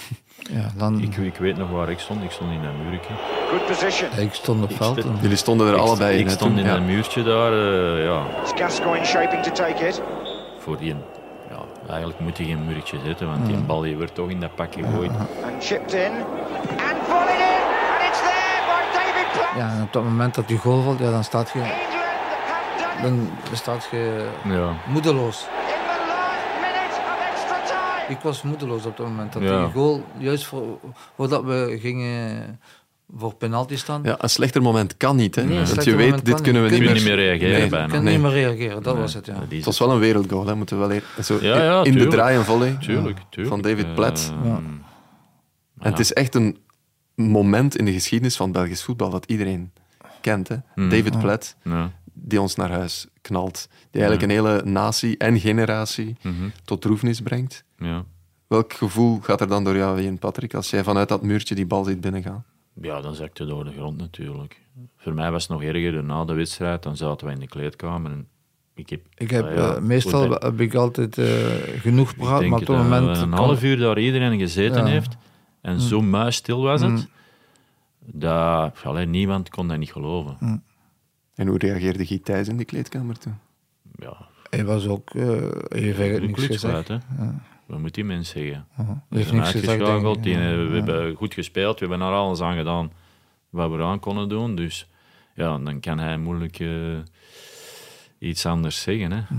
Ja, dan... ik weet nog waar ik stond. Ik stond in dat muurtje. Good position. Ik stond op veld. Jullie stonden er allebei in. Ik stond in dat muurtje daar. Is Gascoigne shaping to take it? Voor die... Eigenlijk moet hij geen muurtje zetten, want die bal die wordt toch in dat pak gegooid. And chipped in. And volleyed in. And it's there by David Platt. Ja, en op dat moment dat die goal valt, dan staat je dan staat je moedeloos. Ik was moedeloos op dat moment. Dat die goal, juist voordat we gingen voor penalty staan. Ja, een slechter moment kan niet. Hè? Nee, want je weet, dit kunnen we niet meer reageren bijna. Je kunt niet meer reageren, dat was het. Ja. Het was wel een wereldgoal, hè? Moeten we wel in de draai en volley van David Platt. En het is echt een moment in de geschiedenis van Belgisch voetbal dat iedereen kent. Hè? David Platt, die ons naar huis knalt. Die eigenlijk een hele natie en generatie tot droefnis brengt. Ja. Welk gevoel gaat er dan door jou heen, Patrick, als jij vanuit dat muurtje die bal ziet binnengaan? Ja, dan zakte door de grond natuurlijk. Voor mij was het nog erger na de wedstrijd. Dan zaten we in de kleedkamer. En meestal heb ik altijd genoeg praat, maar op dat moment... Een half uur daar iedereen gezeten heeft en zo muisstil was het, dat niemand kon dat niet geloven. En hoe reageerde Guy Thijs in de kleedkamer toen? Ja. Hij was ook... even niks gezegd. Hè? Wat moet die mens zeggen? We hebben uitgeschakeld. We hebben goed gespeeld. We hebben er alles aan gedaan wat we eraan konden doen. Dus ja, dan kan hij moeilijk iets anders zeggen. Hè.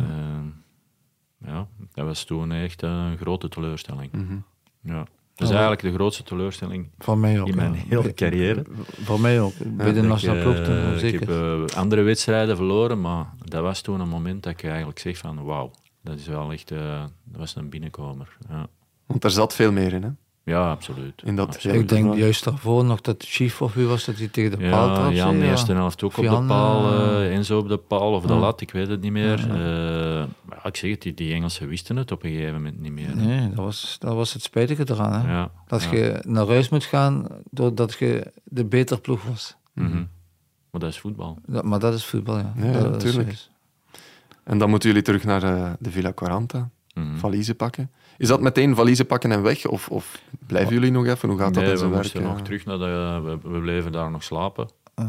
Dat was toen echt een grote teleurstelling. Ja. Dat is eigenlijk de grootste teleurstelling van mij ook, in mijn hele carrière. Voor mij ook. Bij de nationale ploeg toen zeker. Ik heb andere wedstrijden verloren, maar dat was toen een moment dat ik eigenlijk zeg van wauw. Dat is wel echt, dat was een binnenkomer. Ja. Want er zat veel meer in, hè? Ja, absoluut. Ik denk juist daarvoor nog dat Chief of u was, dat hij tegen de paal trapte. Jan de eerste helft ook op de paal, Enzo op de paal of de lat, ik weet het niet meer. Ik zeg het, die Engelsen wisten het op een gegeven moment niet meer. Nee, dat was het spijtige eraan. Hè? Ja. Dat je naar huis moet gaan doordat je de beter ploeg was. Maar dat is voetbal. Maar dat is voetbal, ja. Natuurlijk. En dan moeten jullie terug naar de Villa Quaranta, valiezen pakken. Is dat meteen valiezen pakken en weg? Of blijven jullie nog even? Hoe gaat dat in zijn werk? We moesten nog terug naar we bleven daar nog slapen.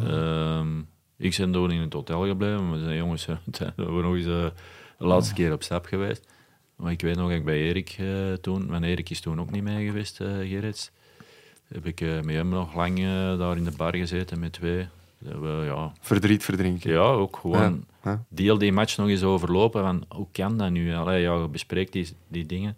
Ik ben door in het hotel gebleven. We zijn jongens, we hebben nog eens de laatste keer op stap geweest. Maar ik weet nog dat ik bij Erik toen... Mijn Erik is toen ook niet mee geweest, Gerrits. Heb ik met hem nog lang daar in de bar gezeten met twee. Verdriet verdrinken. Ja, ook gewoon deel die match nog eens overlopen. Van, hoe kan dat nu? Je bespreekt die dingen.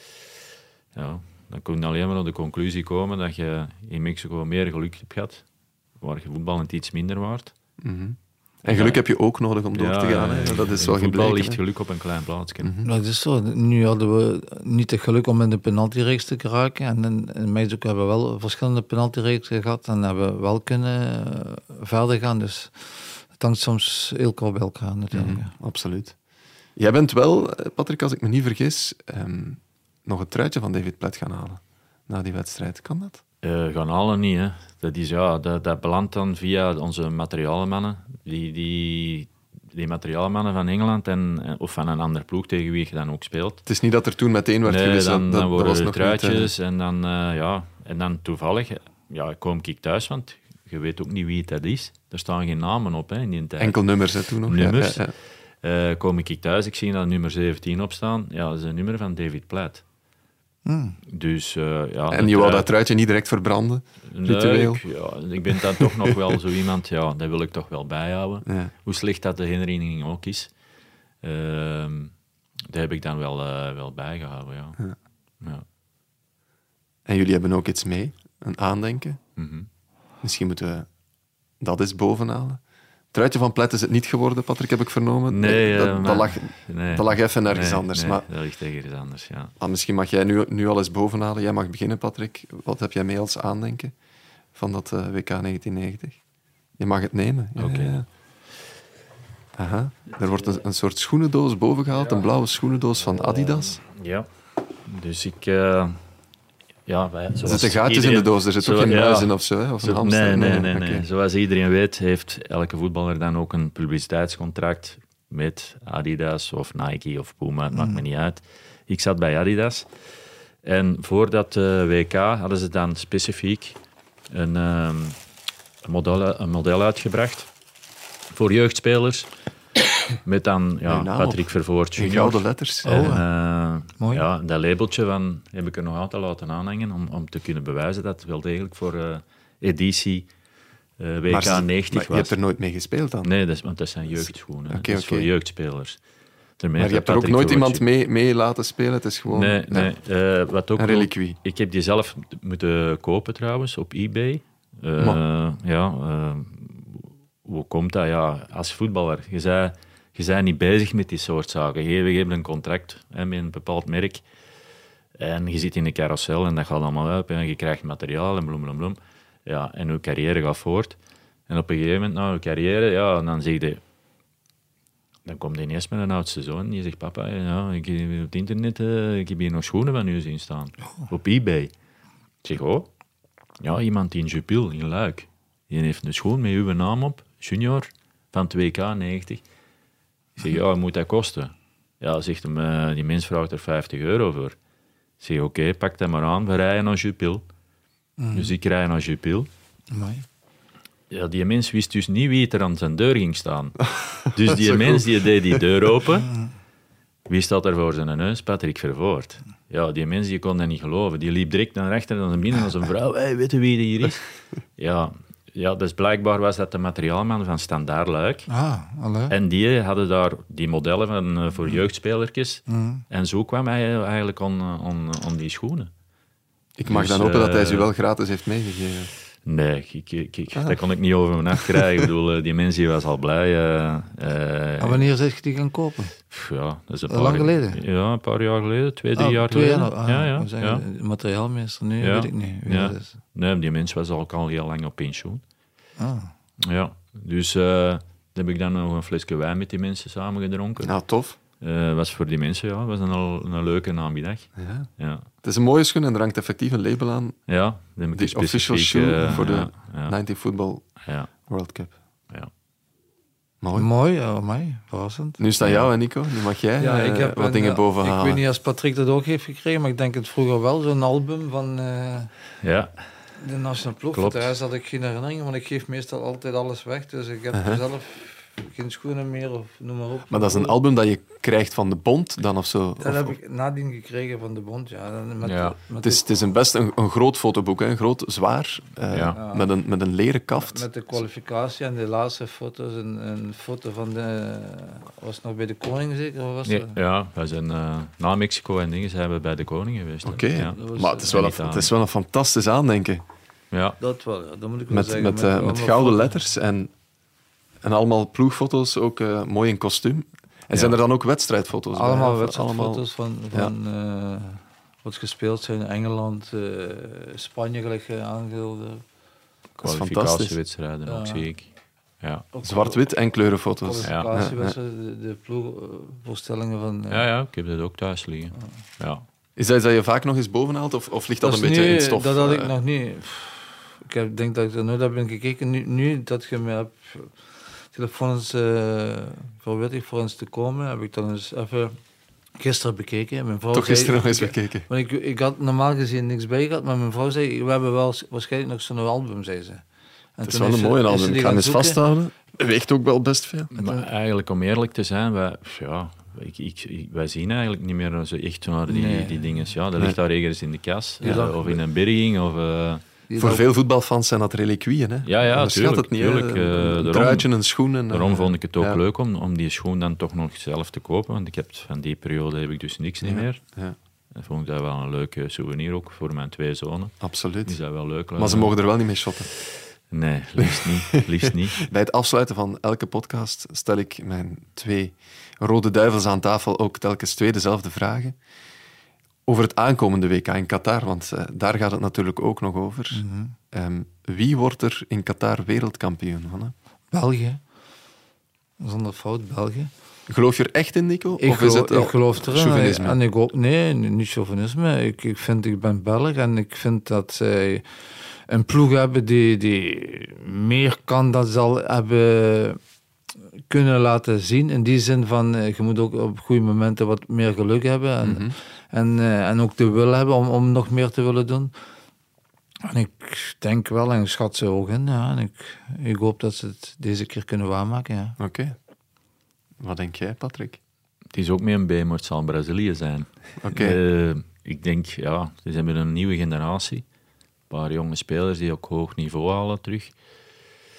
Ja, dan kun je alleen maar tot de conclusie komen dat je in Mexico meer geluk hebt gehad, waar je voetbal iets minder waard. En geluk heb je ook nodig om door te gaan. Hè? Dat is wel gebleken. Voetbal ligt geluk op een klein plaatsje. Dat is zo. Nu hadden we niet het geluk om in de penaltyreeks te geraken. En in Mexico hebben we wel verschillende penaltyreeksen gehad en hebben we wel kunnen verder gaan. Dus het hangt soms heel kort bij elkaar natuurlijk. Absoluut. Jij bent wel, Patrick, als ik me niet vergis, nog het truitje van David Platt gaan halen na die wedstrijd. Kan dat? Gaan halen niet, hè. Dat belandt dan via onze materialenmannen. Die materialenmannen van Engeland of van een andere ploeg tegen wie je dan ook speelt. Het is niet dat er toen meteen werd gewisseld. Dan worden was er nog truitjes en dan toevallig kom ik thuis, want je weet ook niet wie dat is. Er staan geen namen op in die tijd. Enkel nummers hè, toen nog. Nummers. Kom ik thuis, ik zie dat nummer 17 op staan. Ja, dat is een nummer van David Platt. Dus, en je wou dat truitje niet direct verbranden? Ritueel? Ik ben dan toch nog wel zo iemand, dat wil ik toch wel bijhouden. Ja. Hoe slecht dat de herinnering ook is. Dat heb ik dan wel bijgehouden, ja. En jullie hebben ook iets mee, een aandenken. Misschien moeten we dat eens bovenhalen. Het truitje van Platt is het niet geworden, Patrick, heb ik vernomen. Nee, dat lag even ergens anders. Nee, dat ligt ergens anders, ja. Maar misschien mag jij nu al eens bovenhalen. Jij mag beginnen, Patrick. Wat heb jij mee als aandenken van dat WK 1990? Je mag het nemen. Oké. Ja. Aha. Er wordt een soort schoenendoos bovengehaald, een blauwe schoenendoos van Adidas. Ja, dus ik... er zitten gaatjes in de doos, er zit ook geen muis in of zo, hè? Of een hamster. Nee. Okay. Zoals iedereen weet, heeft elke voetballer dan ook een publiciteitscontract met Adidas of Nike of Puma, het maakt me niet uit. Ik zat bij Adidas en voor dat WK hadden ze dan specifiek een model uitgebracht voor jeugdspelers. Met dan Patrick Vervoort Junior. In gouden letters. Mooi. Ja, dat labeltje heb ik er nog altijd laten aanhangen om te kunnen bewijzen dat het wel degelijk voor editie WK 90 maar je hebt er nooit mee gespeeld dan? Nee, want dat zijn jeugdschoenen. Oké, dat is voor jeugdspelers. Daarmee maar je hebt er ook nooit iemand mee laten spelen? Het is gewoon nee. Wat ook een reliquie. Ik heb die zelf moeten kopen trouwens, op eBay. Hoe komt dat? Ja, als voetballer, je bent niet bezig met die soort zaken. Je hebt een contract met een bepaald merk en je zit in een carousel en dat gaat allemaal uit en je krijgt materiaal en bloem. Ja, en je carrière gaat voort. En op een gegeven moment, na je carrière, dan zeg je... Dan komt hij ineens met een oudste zoon en die zegt, papa, ik heb op het internet ik heb hier nog schoenen van u zien staan. Op eBay. Ik zeg, ja, iemand in Jupil, in Luik. Die heeft een schoen met uw naam op, junior, van 2K 90. Ik zeg, wat moet dat kosten? Ja, zegt hem, die mens vraagt er €50 voor. Ik zeg, oké, pak dat maar aan, we rijden naar Jupil. Dus ik rij naar Jupil. Amai. Ja, die mens wist dus niet wie er aan zijn deur ging staan. Dus die mens die deed die deur open. Wie staat er voor zijn neus? Patrick Vervoort. Ja, die mens die kon dat niet geloven. Die liep direct naar rechter en naar binnen als een vrouw. Hey, weet je wie die hier is? Ja, dus blijkbaar was dat de materiaalman van Standaard Luik. En die hadden daar die modellen van, voor jeugdspelertjes. En zo kwam hij eigenlijk aan die schoenen. Ik mag dan hopen dat hij ze wel gratis heeft meegegeven. Nee, dat kon ik niet over mijn nacht krijgen. Ik bedoel, die mens was al blij. En wanneer zeg je die gaan kopen? Ja, dat is lang geleden? Ja, een paar jaar geleden, 2-3 jaar geleden. Ja. Materiaalmeester, nu weet ik niet wie dat is. Nee, die mens was ook al heel lang op pensioen. Ja, dus heb ik dan nog een flesje wijn met die mensen samen gedronken. Nou, tof. Was voor die mensen, was een leuke namiddag. Ja. Het is een mooie schoen en er hangt effectief een label aan. Ja, dan heb ik de official shoe voor de 90 Football World Cup. Ja. Mooi, verrassend. Nu staat jou en Nico, nu mag jij wat dingen boven halen. Ik weet niet als Patrick dat ook heeft gekregen, maar ik denk het vroeger wel, zo'n album van de nationale ploeg. Klopt. Daar had ik geen herinnering, want ik geef meestal altijd alles weg, dus ik heb zelf geen schoenen meer of noem maar op. Maar dat is een album dat je krijgt van de Bond dan of zo? Dat heb ik nadien gekregen van de Bond, Het is best een groot fotoboek, een groot, zwaar, met een leren kaft. Met de kwalificatie en de laatste foto's, een foto van was het nog bij de koning zeker? Of was we zijn na Mexico en dingen zijn we bij de koning geweest. Oké, maar het is wel een fantastisch aandenken. Ja. Dat wel, dat moet ik wel zeggen. Met gouden letters en allemaal ploegfoto's, ook mooi in kostuum. En zijn er dan ook wedstrijdfoto's? Allemaal wedstrijdfoto's van wat gespeeld zijn in Engeland, Spanje, gelijk aangegeven. Kwalificatiewedstrijden ook, zie ik. Ja. Zwart-wit en kleurenfoto's. Kwalificatiewedstrijden, de ploegvoorstellingen van... Ja, ik heb dat ook thuis liggen. Ja. Is dat iets dat je vaak nog eens bovenhaalt, of ligt dat een beetje in het stof? Dat had ik nog niet. Ik denk dat ik er nooit heb gekeken. Nu dat je me hebt telefoons verwittigd voor ons te komen, heb ik dan eens even gisteren bekeken. Mijn vrouw gisteren nog eens bekeken? Want ik had normaal gezien niks bij gehad, maar mijn vrouw zei, we hebben wel waarschijnlijk nog zo'n album, zei ze. En het is wel een mooie album, ik ga hem eens vasthouden. Weegt ook wel best veel. Maar eigenlijk, om eerlijk te zijn, wij zien eigenlijk niet meer zo echt naar die dingen. Ja, dat ligt daar ergens in de kas, of in een berging, of... Voor veel voetbalfans zijn dat reliquieën. Hè? Ja, tuurlijk. Een truitje, een schoen. Daarom vond ik het ook leuk om die schoen dan toch nog zelf te kopen, want van die periode heb ik dus niks niet meer. Ja. En vond ik dat wel een leuke souvenir ook voor mijn 2 zonen. Absoluut. Is dat wel leuk. Maar ze mogen er wel niet mee shotten. Nee, liefst niet. Bij het afsluiten van elke podcast stel ik mijn 2 rode duivels aan tafel ook telkens 2 dezelfde vragen. Over het aankomende WK in Qatar, want daar gaat het natuurlijk ook nog over. Wie wordt er in Qatar wereldkampioen, Hanne? België. Zonder fout, België. Geloof je er echt in, Nico? Ik geloof erin. Chauvinisme? En ik ook, nee, niet chauvinisme. Ik ben Belg en ik vind dat zij een ploeg hebben die meer kan dan ze al hebben kunnen laten zien. In die zin van, je moet ook op goede momenten wat meer geluk hebben. En ook de wil hebben om nog meer te willen doen. En ik denk wel, en ik schat ze ook in. Ja, en ik hoop dat ze het deze keer kunnen waarmaken. Ja. Oké. Wat denk jij, Patrick? Het is ook meer een B, maar het zal Brazilië zijn. Ik denk, ze hebben een nieuwe generatie. Een paar jonge spelers die ook hoog niveau halen terug.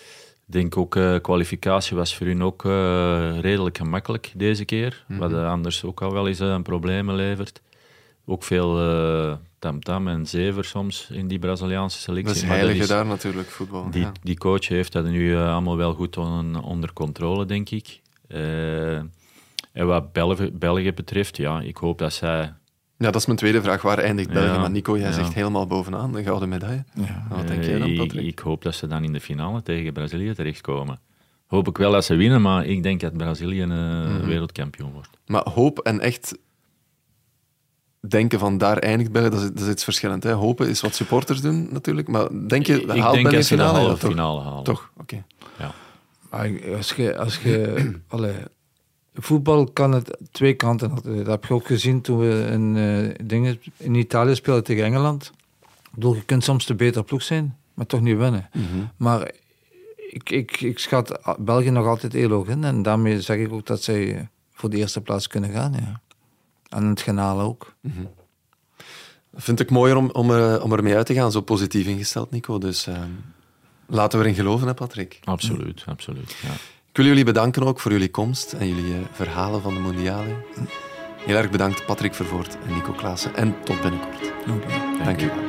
Ik denk ook kwalificatie was voor hun ook redelijk gemakkelijk deze keer. Wat anders ook al wel eens problemen levert. Ook veel tamtam en zever soms in die Braziliaanse selectie. Dat is heilige daar natuurlijk, voetbal. Die coach heeft dat nu allemaal wel goed onder controle, denk ik. En wat België betreft, ja, ik hoop dat zij... Ja, dat is mijn tweede vraag. Waar eindigt België? Maar Nico, jij zegt helemaal bovenaan, de gouden medaille. Ja. Wat denk jij dan, Patrick? Ik hoop dat ze dan in de finale tegen Brazilië terechtkomen. Hoop ik wel dat ze winnen, maar ik denk dat Brazilië wereldkampioen wordt. Maar hoop en echt denken van daar eindigt België, dat is iets verschillend. Hè? Hopen is wat supporters doen natuurlijk, maar denk je, haalt België de finale? Ik denk dat ze de finale halen. Toch? Oké. Ja. Als je voetbal kan het twee kanten. Dat heb je ook gezien toen we in Italië speelden tegen Engeland. Ik bedoel, je kunt soms de betere ploeg zijn, maar toch niet winnen. Maar ik schat België nog altijd heel hoog in. En daarmee zeg ik ook dat zij voor de eerste plaats kunnen gaan. Ja. En het genale ook. Dat vind ik mooier om ermee uit te gaan. Zo positief ingesteld, Nico. Dus laten we erin geloven, hè, Patrick? Absoluut. Ja. Ik wil jullie bedanken ook voor jullie komst en jullie verhalen van de Mondiale. Heel erg bedankt, Patrick Vervoort en Nico Klaassen. En tot binnenkort. Dank je wel.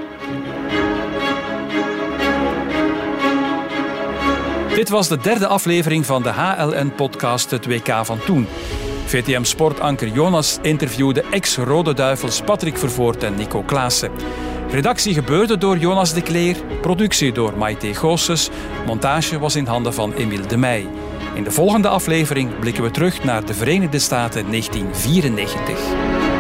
Dit was de derde aflevering van de HLN-podcast Het WK van Toen. VTM-sportanker Jonas interviewde ex-Rode Duivels Patrick Vervoort en Nico Klaassen. Redactie gebeurde door Jonas de Cleer, productie door Maite Goossens, montage was in handen van Emiel de Meij. In de volgende aflevering blikken we terug naar de Verenigde Staten 1994.